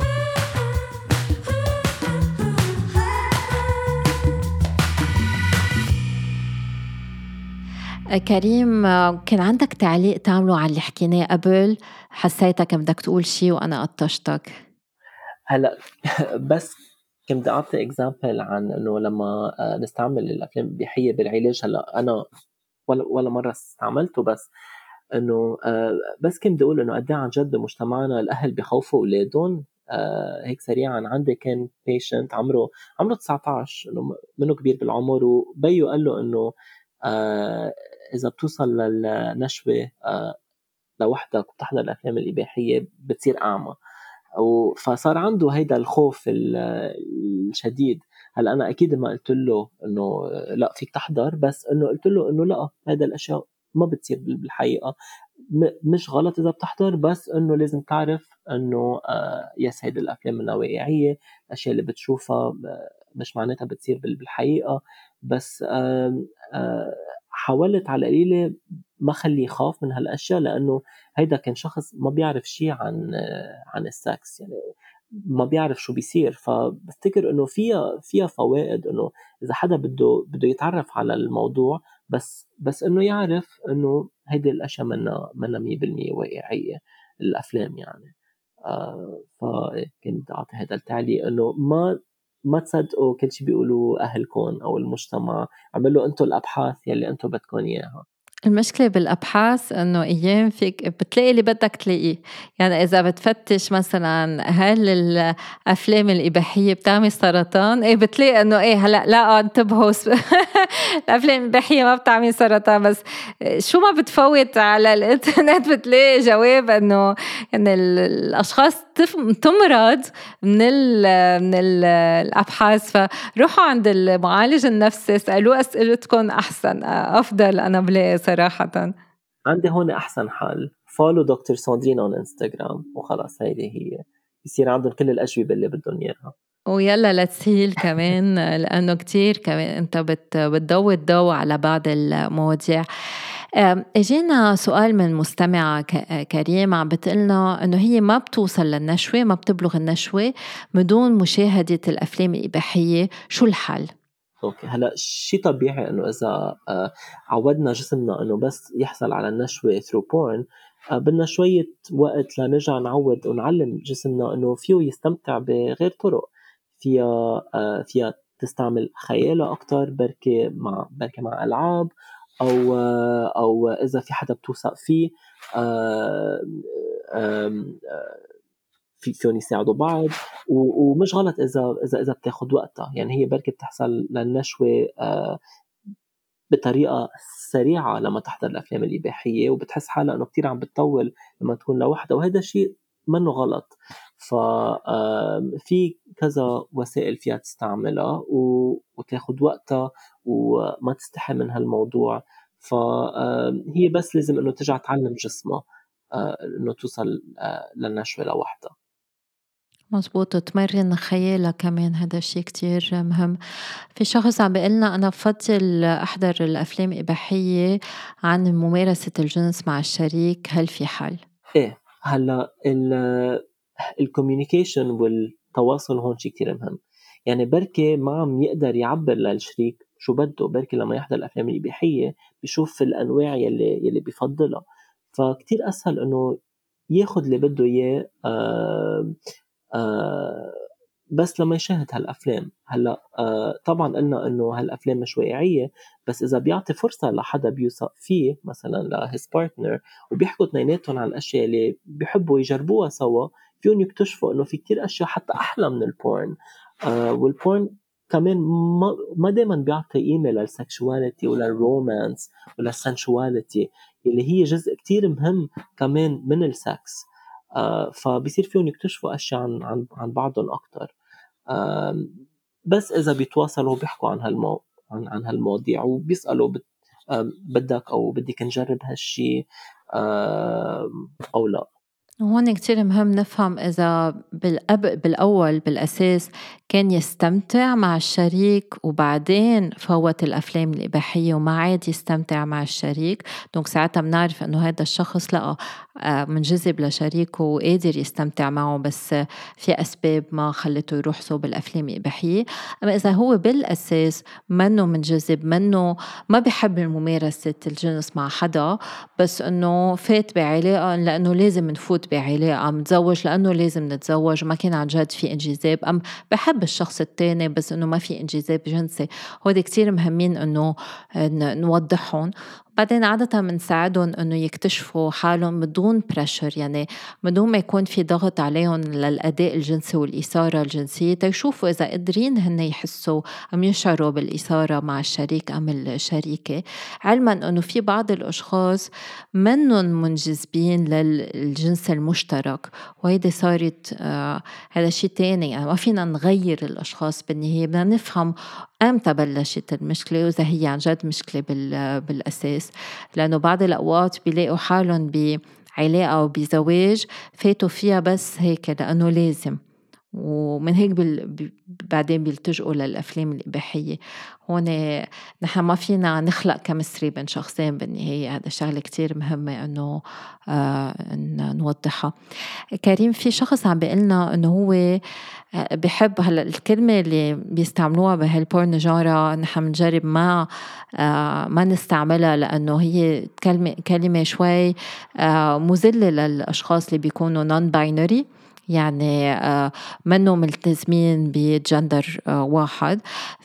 كريم، كان عندك تعليق تعمله على اللي حكيناه قبل؟ حسيتك بدك تقول شيء وأنا قطشتك. هلا بس كنت بدي أعطي إكزامبل عن إنه لما نستعمل الأفلام الإباحية بالعلاج. هلا أنا ولا مرة استعملته، بس إنه بس كنت بدي أقول إنه قد إيه عن جد بمجتمعنا الأهل بيخوفوا أولادهم. هيك سريعا، عندي كان بيشنت عمره 19، إنه منه كبير بالعمر، وبيو قال له إنه إذا بتوصل للنشوة لوحدك وبتحضر الأفلام الإباحية بتصير أعمى. فصار عنده هيدا الخوف الشديد. هلا أنا أكيد ما قلت له إنه لا فيك تحضر، بس إنه قلت له إنه لا، هيدا الأشياء ما بتصير بالحقيقة. مش غلط إذا بتحضر، بس إنه لازم تعرف إنه يس هيدا الأفلام منها واقعية. الأشياء اللي بتشوفها مش معناتها بتصير بالحقيقة. بس حاولت على القليلة ما خليه يخاف من هالأشياء، لأنه هيدا كان شخص ما بيعرف شيء عن السكس، يعني ما بيعرف شو بيصير. فبفتكر انه فيها فوائد، انه اذا حدا بده يتعرف على الموضوع، بس انه يعرف انه هيدي الاشياء منا 100% واقعيه الافلام يعني. فكنت اعطي هذا التعليق انه ما تصدقوا كل شيء بيقولوا اهلكم او المجتمع. عملوا انتم الابحاث يلي انتم بدكم اياها. المشكلة بالأبحاث إنه أيام فيك بتلاقي اللي بدك تلاقيه. يعني إذا بتفتش مثلا هل الأفلام الإباحية بتعمل سرطان، إيه بتلاقي إنه إيه هلا لا انتبهوا الأفلام الإباحية ما بتعمل سرطان. بس شو ما بتفوت على الإنترنت بتلاقي جواب إنه إن الأشخاص تمرض من الأبحاث. فروحوا عند المعالج النفسي اسألوه أسئلتكم أحسن أفضل. أنا بلاقي صراحة عندي هون أحسن حل: فولو دكتور ساندرين on انستغرام، وخلاص هيدي هي يصير عندهم كل الأجوبة اللي بدهم إياها. ويلا لتسهيل كمان لأنه كتير كمان أنت بتضوي الضوء على بعض المواضيع. اجينا سؤال من مستمعة كريم عم بتقلنا انه هي ما بتوصل للنشوة، ما بتبلغ النشوة بدون مشاهدة الافلام الاباحية، شو الحل؟ اوكي، هلا شيء طبيعي انه اذا عودنا جسمنا انه بس يحصل على النشوه through porn، بدنا شويه وقت لنرجع نعود ونعلم جسمنا انه فيه يستمتع بغير طرق. فيها تستعمل خيالها اكثر، بركي مع العاب، او اذا في حدا بتوثق فيه، آه، آم، فيهم يساعدوا بعض. ومش غلط اذا بتاخد وقتها، يعني هي بركي بتحصل للنشوه بطريقه سريعه لما تحضر الافلام الاباحيه، وبتحس حالها انه كتير عم بتطول لما تكون لوحدها، وهذا شيء منه غلط. ففي كذا وسائل فيها تستعملها وتاخد وقتها وما تستحي من هالموضوع. فهي بس لازم انه ترجع تعلم جسمها انه توصل للنشوه لوحدها. مزبوط، تمرن خيالها كمان، هذا الشيء كتير مهم. في شخص عم بيقلنا أنا بفضل أحضر الأفلام الإباحية عن ممارسة الجنس مع الشريك، هل في حل؟ ايه، هلا الكوميونيكيشن والتواصل هون شيء كتير مهم. يعني بركي ما عم يقدر يعبر للشريك شو بده، بركي لما يحضر الافلام الاباحيه بيشوف الانواع يلي بيفضلها، فكتير اسهل انه ياخد اللي بده اياه آه، بس لما يشاهد هالافلام. هلا طبعا قلنا انه هالافلام مش واقعيه، بس اذا بيعطي فرصه لحدا بيوثق فيه مثلا لهيز بارتنر، وبيحكوا اثنيناتهم على الاشياء اللي بيحبوا يجربوها سوا، فيهم يكتشفوا انه في كتير اشياء حتى احلى من البورن. والبورن كمان ما دائما بيعطي قيمه للسكشواليتي ولا الرومانس ولا السنشواليتي اللي هي جزء كتير مهم كمان من السكس. فبصير فيهم يكتشفوا اشياء عن بعضهم اكثر. بس اذا بيتواصلوا وبيحكوا عن هالمواضيع وبيسالوا بدك او بدك نجرب هالشي او لا. هون كتير مهم نفهم إذا بالأول بالأساس كان يستمتع مع الشريك وبعدين فوت الأفلام الإباحية وما عاد يستمتع مع الشريك، دونك ساعتها بنعرف إنه هذا الشخص لأ منجذب لشريكه وقادر يستمتع معه، بس في أسباب ما خلته يروح صوب الأفلام الإباحية. أما إذا هو بالأساس منه منجذب، منه ما بيحب ممارسة الجنس مع حدا، بس إنه فات بعلاقة لأنه لازم نفوت بعلاقة، متزوج لأنه لازم نتزوج، ما كان عن جد في انجذاب، أم بحب الشخص التاني بس إنه ما في انجذاب جنسي. هودي كتير مهمين إنه نوضحهم. بعدين عادة بنساعدهم إنه يكتشفوا حالهم بدون بريشر، يعني بدون ما يكون في ضغط عليهم للأداء الجنسي والإثارة الجنسية، تيشوفوا إذا قادرين هن يحسوا أم يشعروا بالإثارة مع الشريك أم الشريكة، علما إنه في بعض الأشخاص منن منجذبين للجنس المشترك، وهيدي صارت هذا شيء تاني. يعني ما فينا نغير الأشخاص بالنهاية، بدنا نفهم أمتى بلشت المشكلة وإذا هي عن جد مشكلة بالأساس، لأنه بعض الأوقات بيلاقوا حالهم بعلاقة وبزواج فاتوا فيها بس هيك لأنه لازم، ومن هيك بعدين بيلتجئوا للأفلام الإباحية. هون نحن ما فينا نخلق كمستري بين شخصين بالنهاية، هذا شغلة كتير مهمة إنه نوضحها. كريم، في شخص عم بيقلنا إنه هو بحب هلا الكلمة اللي بيستعملوها بهالبورن جارة نحن بنجرب ما نستعملها، لأنه هي كلمة شوي مذلة للأشخاص اللي بيكونوا نون باينري، يعني منه ملتزمين بجندر واحد.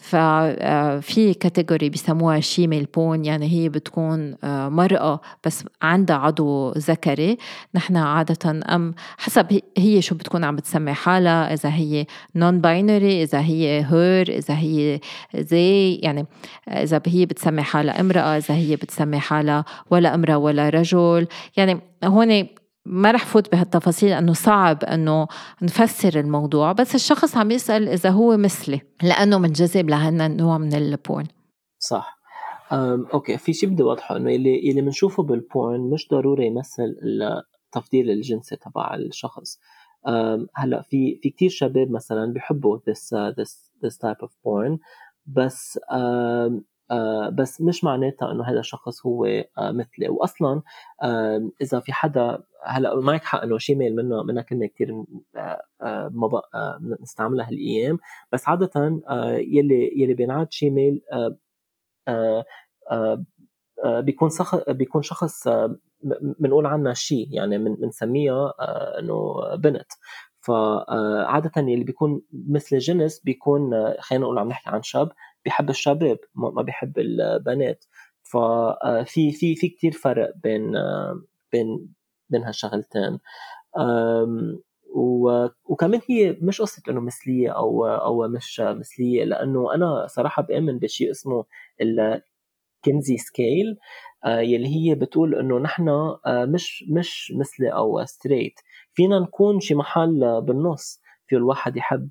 ففي كاتيجوري بيسموها شيميل بون، يعني هي بتكون مرأة بس عندها عضو ذكري. نحن عادة حسب هي شو بتكون عم بتسمي حالها، إذا هي نون باينري، إذا هي هير، إذا هي زي يعني إذا هي بتسمي حالها امرأة، إذا هي بتسمي حالها ولا امرأة ولا رجل. يعني هون ما رح فوت بهالتفاصيل أنه صعب أنه نفسر الموضوع، بس الشخص عم يسأل إذا هو مثلي لأنه منجذب لهنا النوع من البورن. صح. اوكي، في شيء بدي اوضحه، انه اللي بنشوفه بالبورن مش ضروري يمثل التفضيل الجنسي تبع الشخص. هلا في كتير شباب مثلا بيحبوا this type of porn، بس بس مش معناتها إنه هذا الشخص هو مثلي. وأصلا إذا في حدا هلا معك حق إنه شيميل منها كلمة كتير ما بقى نستعملها هالأيام، بس عادة يلي بينعاد شيميل بيكون شخص بنقول عنها شي، يعني بنسميها إنه بنت. فعادة اللي بيكون مثل الجنس بيكون خلينا نقول عم نحكي عن شاب بيحب الشباب ما بيحب البنات. ففي كتير فرق بين بين هالشغلتين. وكمان هي مش قصة إنه مثلية أو مش مثلية، لأنه أنا صراحة بآمن بشيء اسمه كينزي سكيل، يلي هي بتقول إنه نحن مش مثلي أو ستريت، فينا نكون شي محل بالنص. في الواحد يحب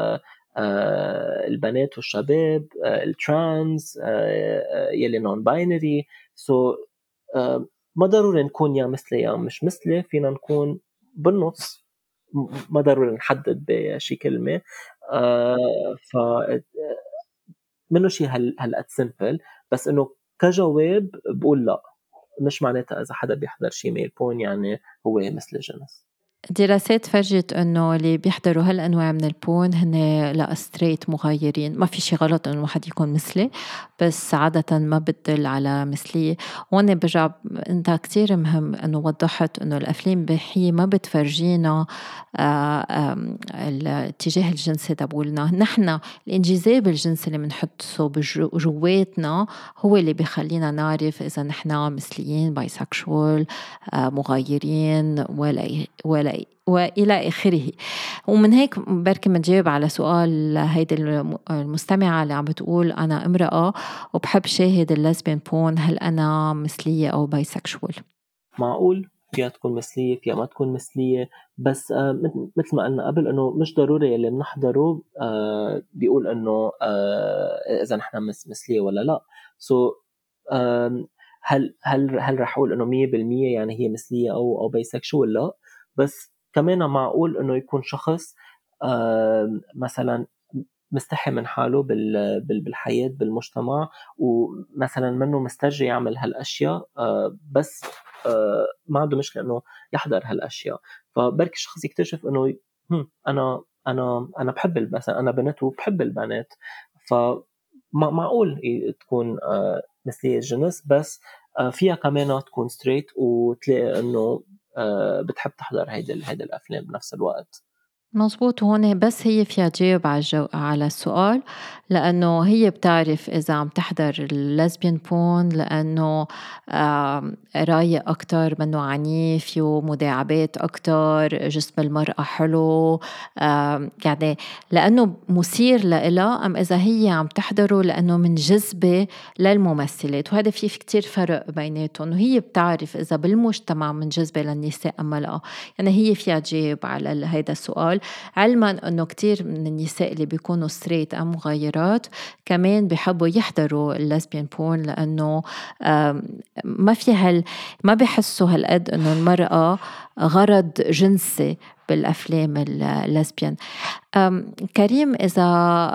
البنات والشباب، الترانس، يلي نون باينري. سو ما ضروري نكون يا مثلي يا مش مثلي، فينا نكون بالنص. ما ضروري نحدد بشي كلمة. ف منه شي هالقد سمبل، بس انه كجواب بقول لا، مش معناتها اذا حدا بيحضر شي ميل بون يعني هو مثل الجنس. دراسات فرجت انه اللي بيحضروا هالانواع من البون هن لا ستريت مغايرين. ما في شي غلط انه الواحد يكون مثلي، بس عادة ما بتدل على مثلية. هون برجع انت كتير مهم انه وضحت انه الافلام هي ما بتفرجينا الاتجاه الجنسي تبعولنا نحن. الانجذاب الجنسي اللي بنحطه جواتنا هو اللي بيخلينا نعرف اذا نحن مثليين بايسكشوال، مغايرين وإلى آخره. ومن هيك بركي منجاوب على سؤال هيدي المستمعة اللي عم بتقول أنا امرأة وبحب شاهد اللزبين بون، هل أنا مثلية أو بايسكشوال؟ معقول فيها تكون مثلية فيها ما تكون مثلية، بس مثل ما قلنا قبل انه مش ضروري اللي بنحضره بيقول انه اذا نحن مثلية ولا لا. سو هل رح اقول انه 100% يعني هي مثلية او بايسكشوال؟ لا. بس كمان معقول انه يكون شخص مثلا مستحي من حاله بالحياة بالمجتمع، ومثلا منه مسترجي يعمل هالاشياء، بس ما عنده مشكله انه يحضر هالاشياء. فبركي الشخص يكتشف انه انا بحب مثلا انا بنت وبحب البنات. فمعقول تكون مثلية الجنس، بس فيها كمان تكون ستريت وتلاقي انه بتحب تحضر هيدا الافلام بنفس الوقت. مظبوط. هون بس هي فيها تجاوب على السؤال، لأنه هي بتعرف إذا عم تحضر اللزبيان بون لأنه رايق أكتر منه عنيف، فيه مداعبات أكتر، جسم المرأة حلو، يعني لأنه مثير لإلها، أم إذا هي عم تحضره لأنه من جذبة للممثلات. وهذا في كتير فرق بيناتهم، وهي بتعرف إذا بالمجتمع من جذبة للنساء أم لا. يعني هي فيها تجاوب على هيدا السؤال، علما أنه كتير من النساء اللي بيكونوا ستريت أو مغيرات كمان بيحبوا يحضروا اللزبيان بورن، لأنه ما في ما بيحسوا هالقد أنه المرأة غرض جنسي بالأفلام اللزبيان. كريم، إذا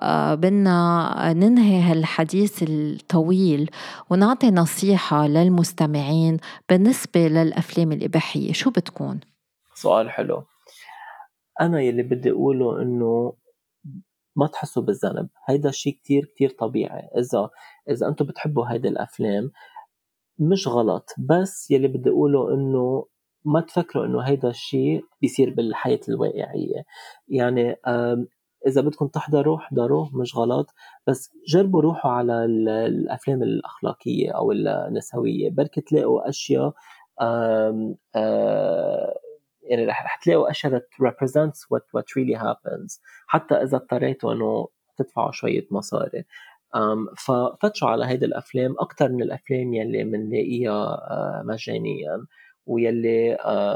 بدنا ننهي هالحديث الطويل ونعطي نصيحة للمستمعين بالنسبة للأفلام الإباحية، شو بتكون؟ سؤال حلو. أنا يلي بدي أقوله إنه ما تحسوا بالذنب، هيدا الشيء كتير كتير طبيعي. إذا أنتم بتحبوا هيدي الأفلام مش غلط، بس يلي بدي أقوله إنه ما تفكروا إنه هيدا الشيء بيصير بالحياة الواقعية. يعني إذا بدكم تحضروا احضروا مش غلط، بس جربوا روحوا على الأفلام الأخلاقية أو النسوية، بركي تلاقوا أشياء آم، آه، يعني رح تلاقوا أشياء that represents what really happens، حتى إذا اضطريتوا إنه تدفعوا شوية مصاري. ففتشوا على هيدي الأفلام أكتر من الأفلام يلي منلاقيها مجانيا، ويلي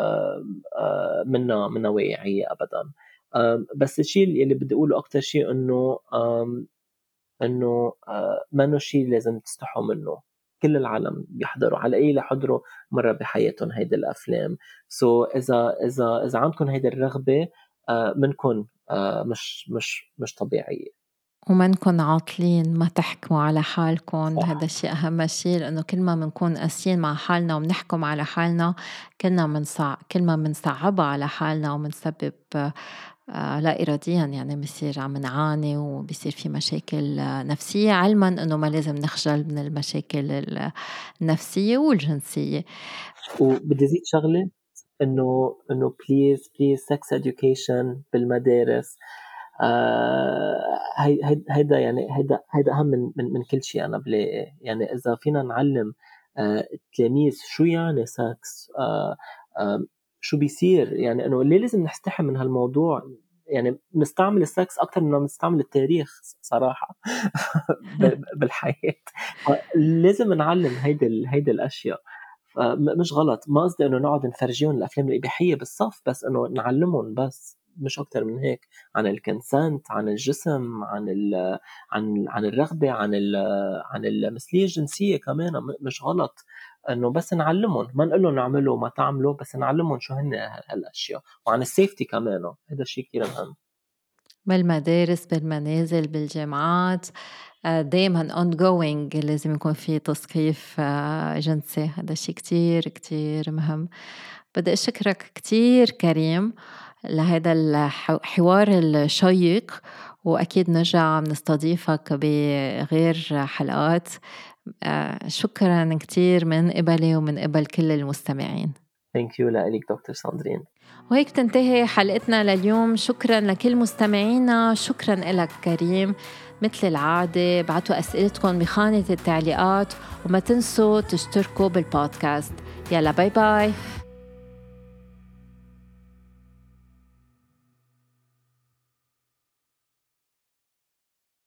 منا واقعية أبدا. بس الشيء اللي بدي أقوله أكتر شيء إنه منه شيء لازم تستحوا منه. كل العالم بيحضروا، على القليل يحضروا مرة بحياتهم هيدي الأفلام. إذا عندكم هيدي الرغبة منكم مش طبيعية. ومنكن عاطلين، ما تحكموا على حالكم. صح. هذا الشيء أهم شيء، لأنه كل ما منكون قاسيين مع حالنا ومنحكم على حالنا كل ما منصعبها على حالنا ومنسبب لا إراديا يعني بيصير عم نعاني وبيصير في مشاكل نفسية، علما أنه ما لازم نخجل من المشاكل النفسية والجنسية. وبدي زيد شغلة، إنه بليز sex education بالمدارس. هيدا يعني هيدا أهم من كل شيء. أنا بلاقي يعني إذا فينا نعلم التلاميذ شو يعني سكس، شو بيصير، يعني إنه ليه لازم نستحي من هالموضوع. يعني بنستعمل السكس أكتر من ما بنستعمل التاريخ صراحة بالحياة. لازم نعلم هيدي الأشياء. مش غلط، ما قصدي إنه نقعد نفرجيهم الأفلام الإباحية بالصف، بس إنه نعلمهم بس مش أكتر من هيك عن الكونسنت، عن الجسم، عن الرغبة، عن المثلية الجنسية كمان. مش غلط إنه بس نعلمهم، ما نقول لهم نعملوا ما تعملوا، بس نعلمهم شو هن هالأشياء، وعن السيفتي كمان. هذا الشيء كتير مهم. بالمدارس، بالمنازل، بالجامعات، دايماً ongoing لازم يكون في تثقيف جنسي. هذا الشيء كتير كتير مهم. بدي أشكرك كتير كريم لهذا الحوار الشيق، وأكيد نرجع نستضيفك بغير حلقات. شكراً كتير من قبلي ومن قبل كل المستمعين. Thank you لك دكتور ساندرين. وهيك تنتهي حلقتنا لليوم. شكراً لكل مستمعينا. شكراً لك كريم. مثل العادة بعتوا أسئلتكم بخانة التعليقات، وما تنسوا تشتركوا بالبودكاست. يلا باي باي.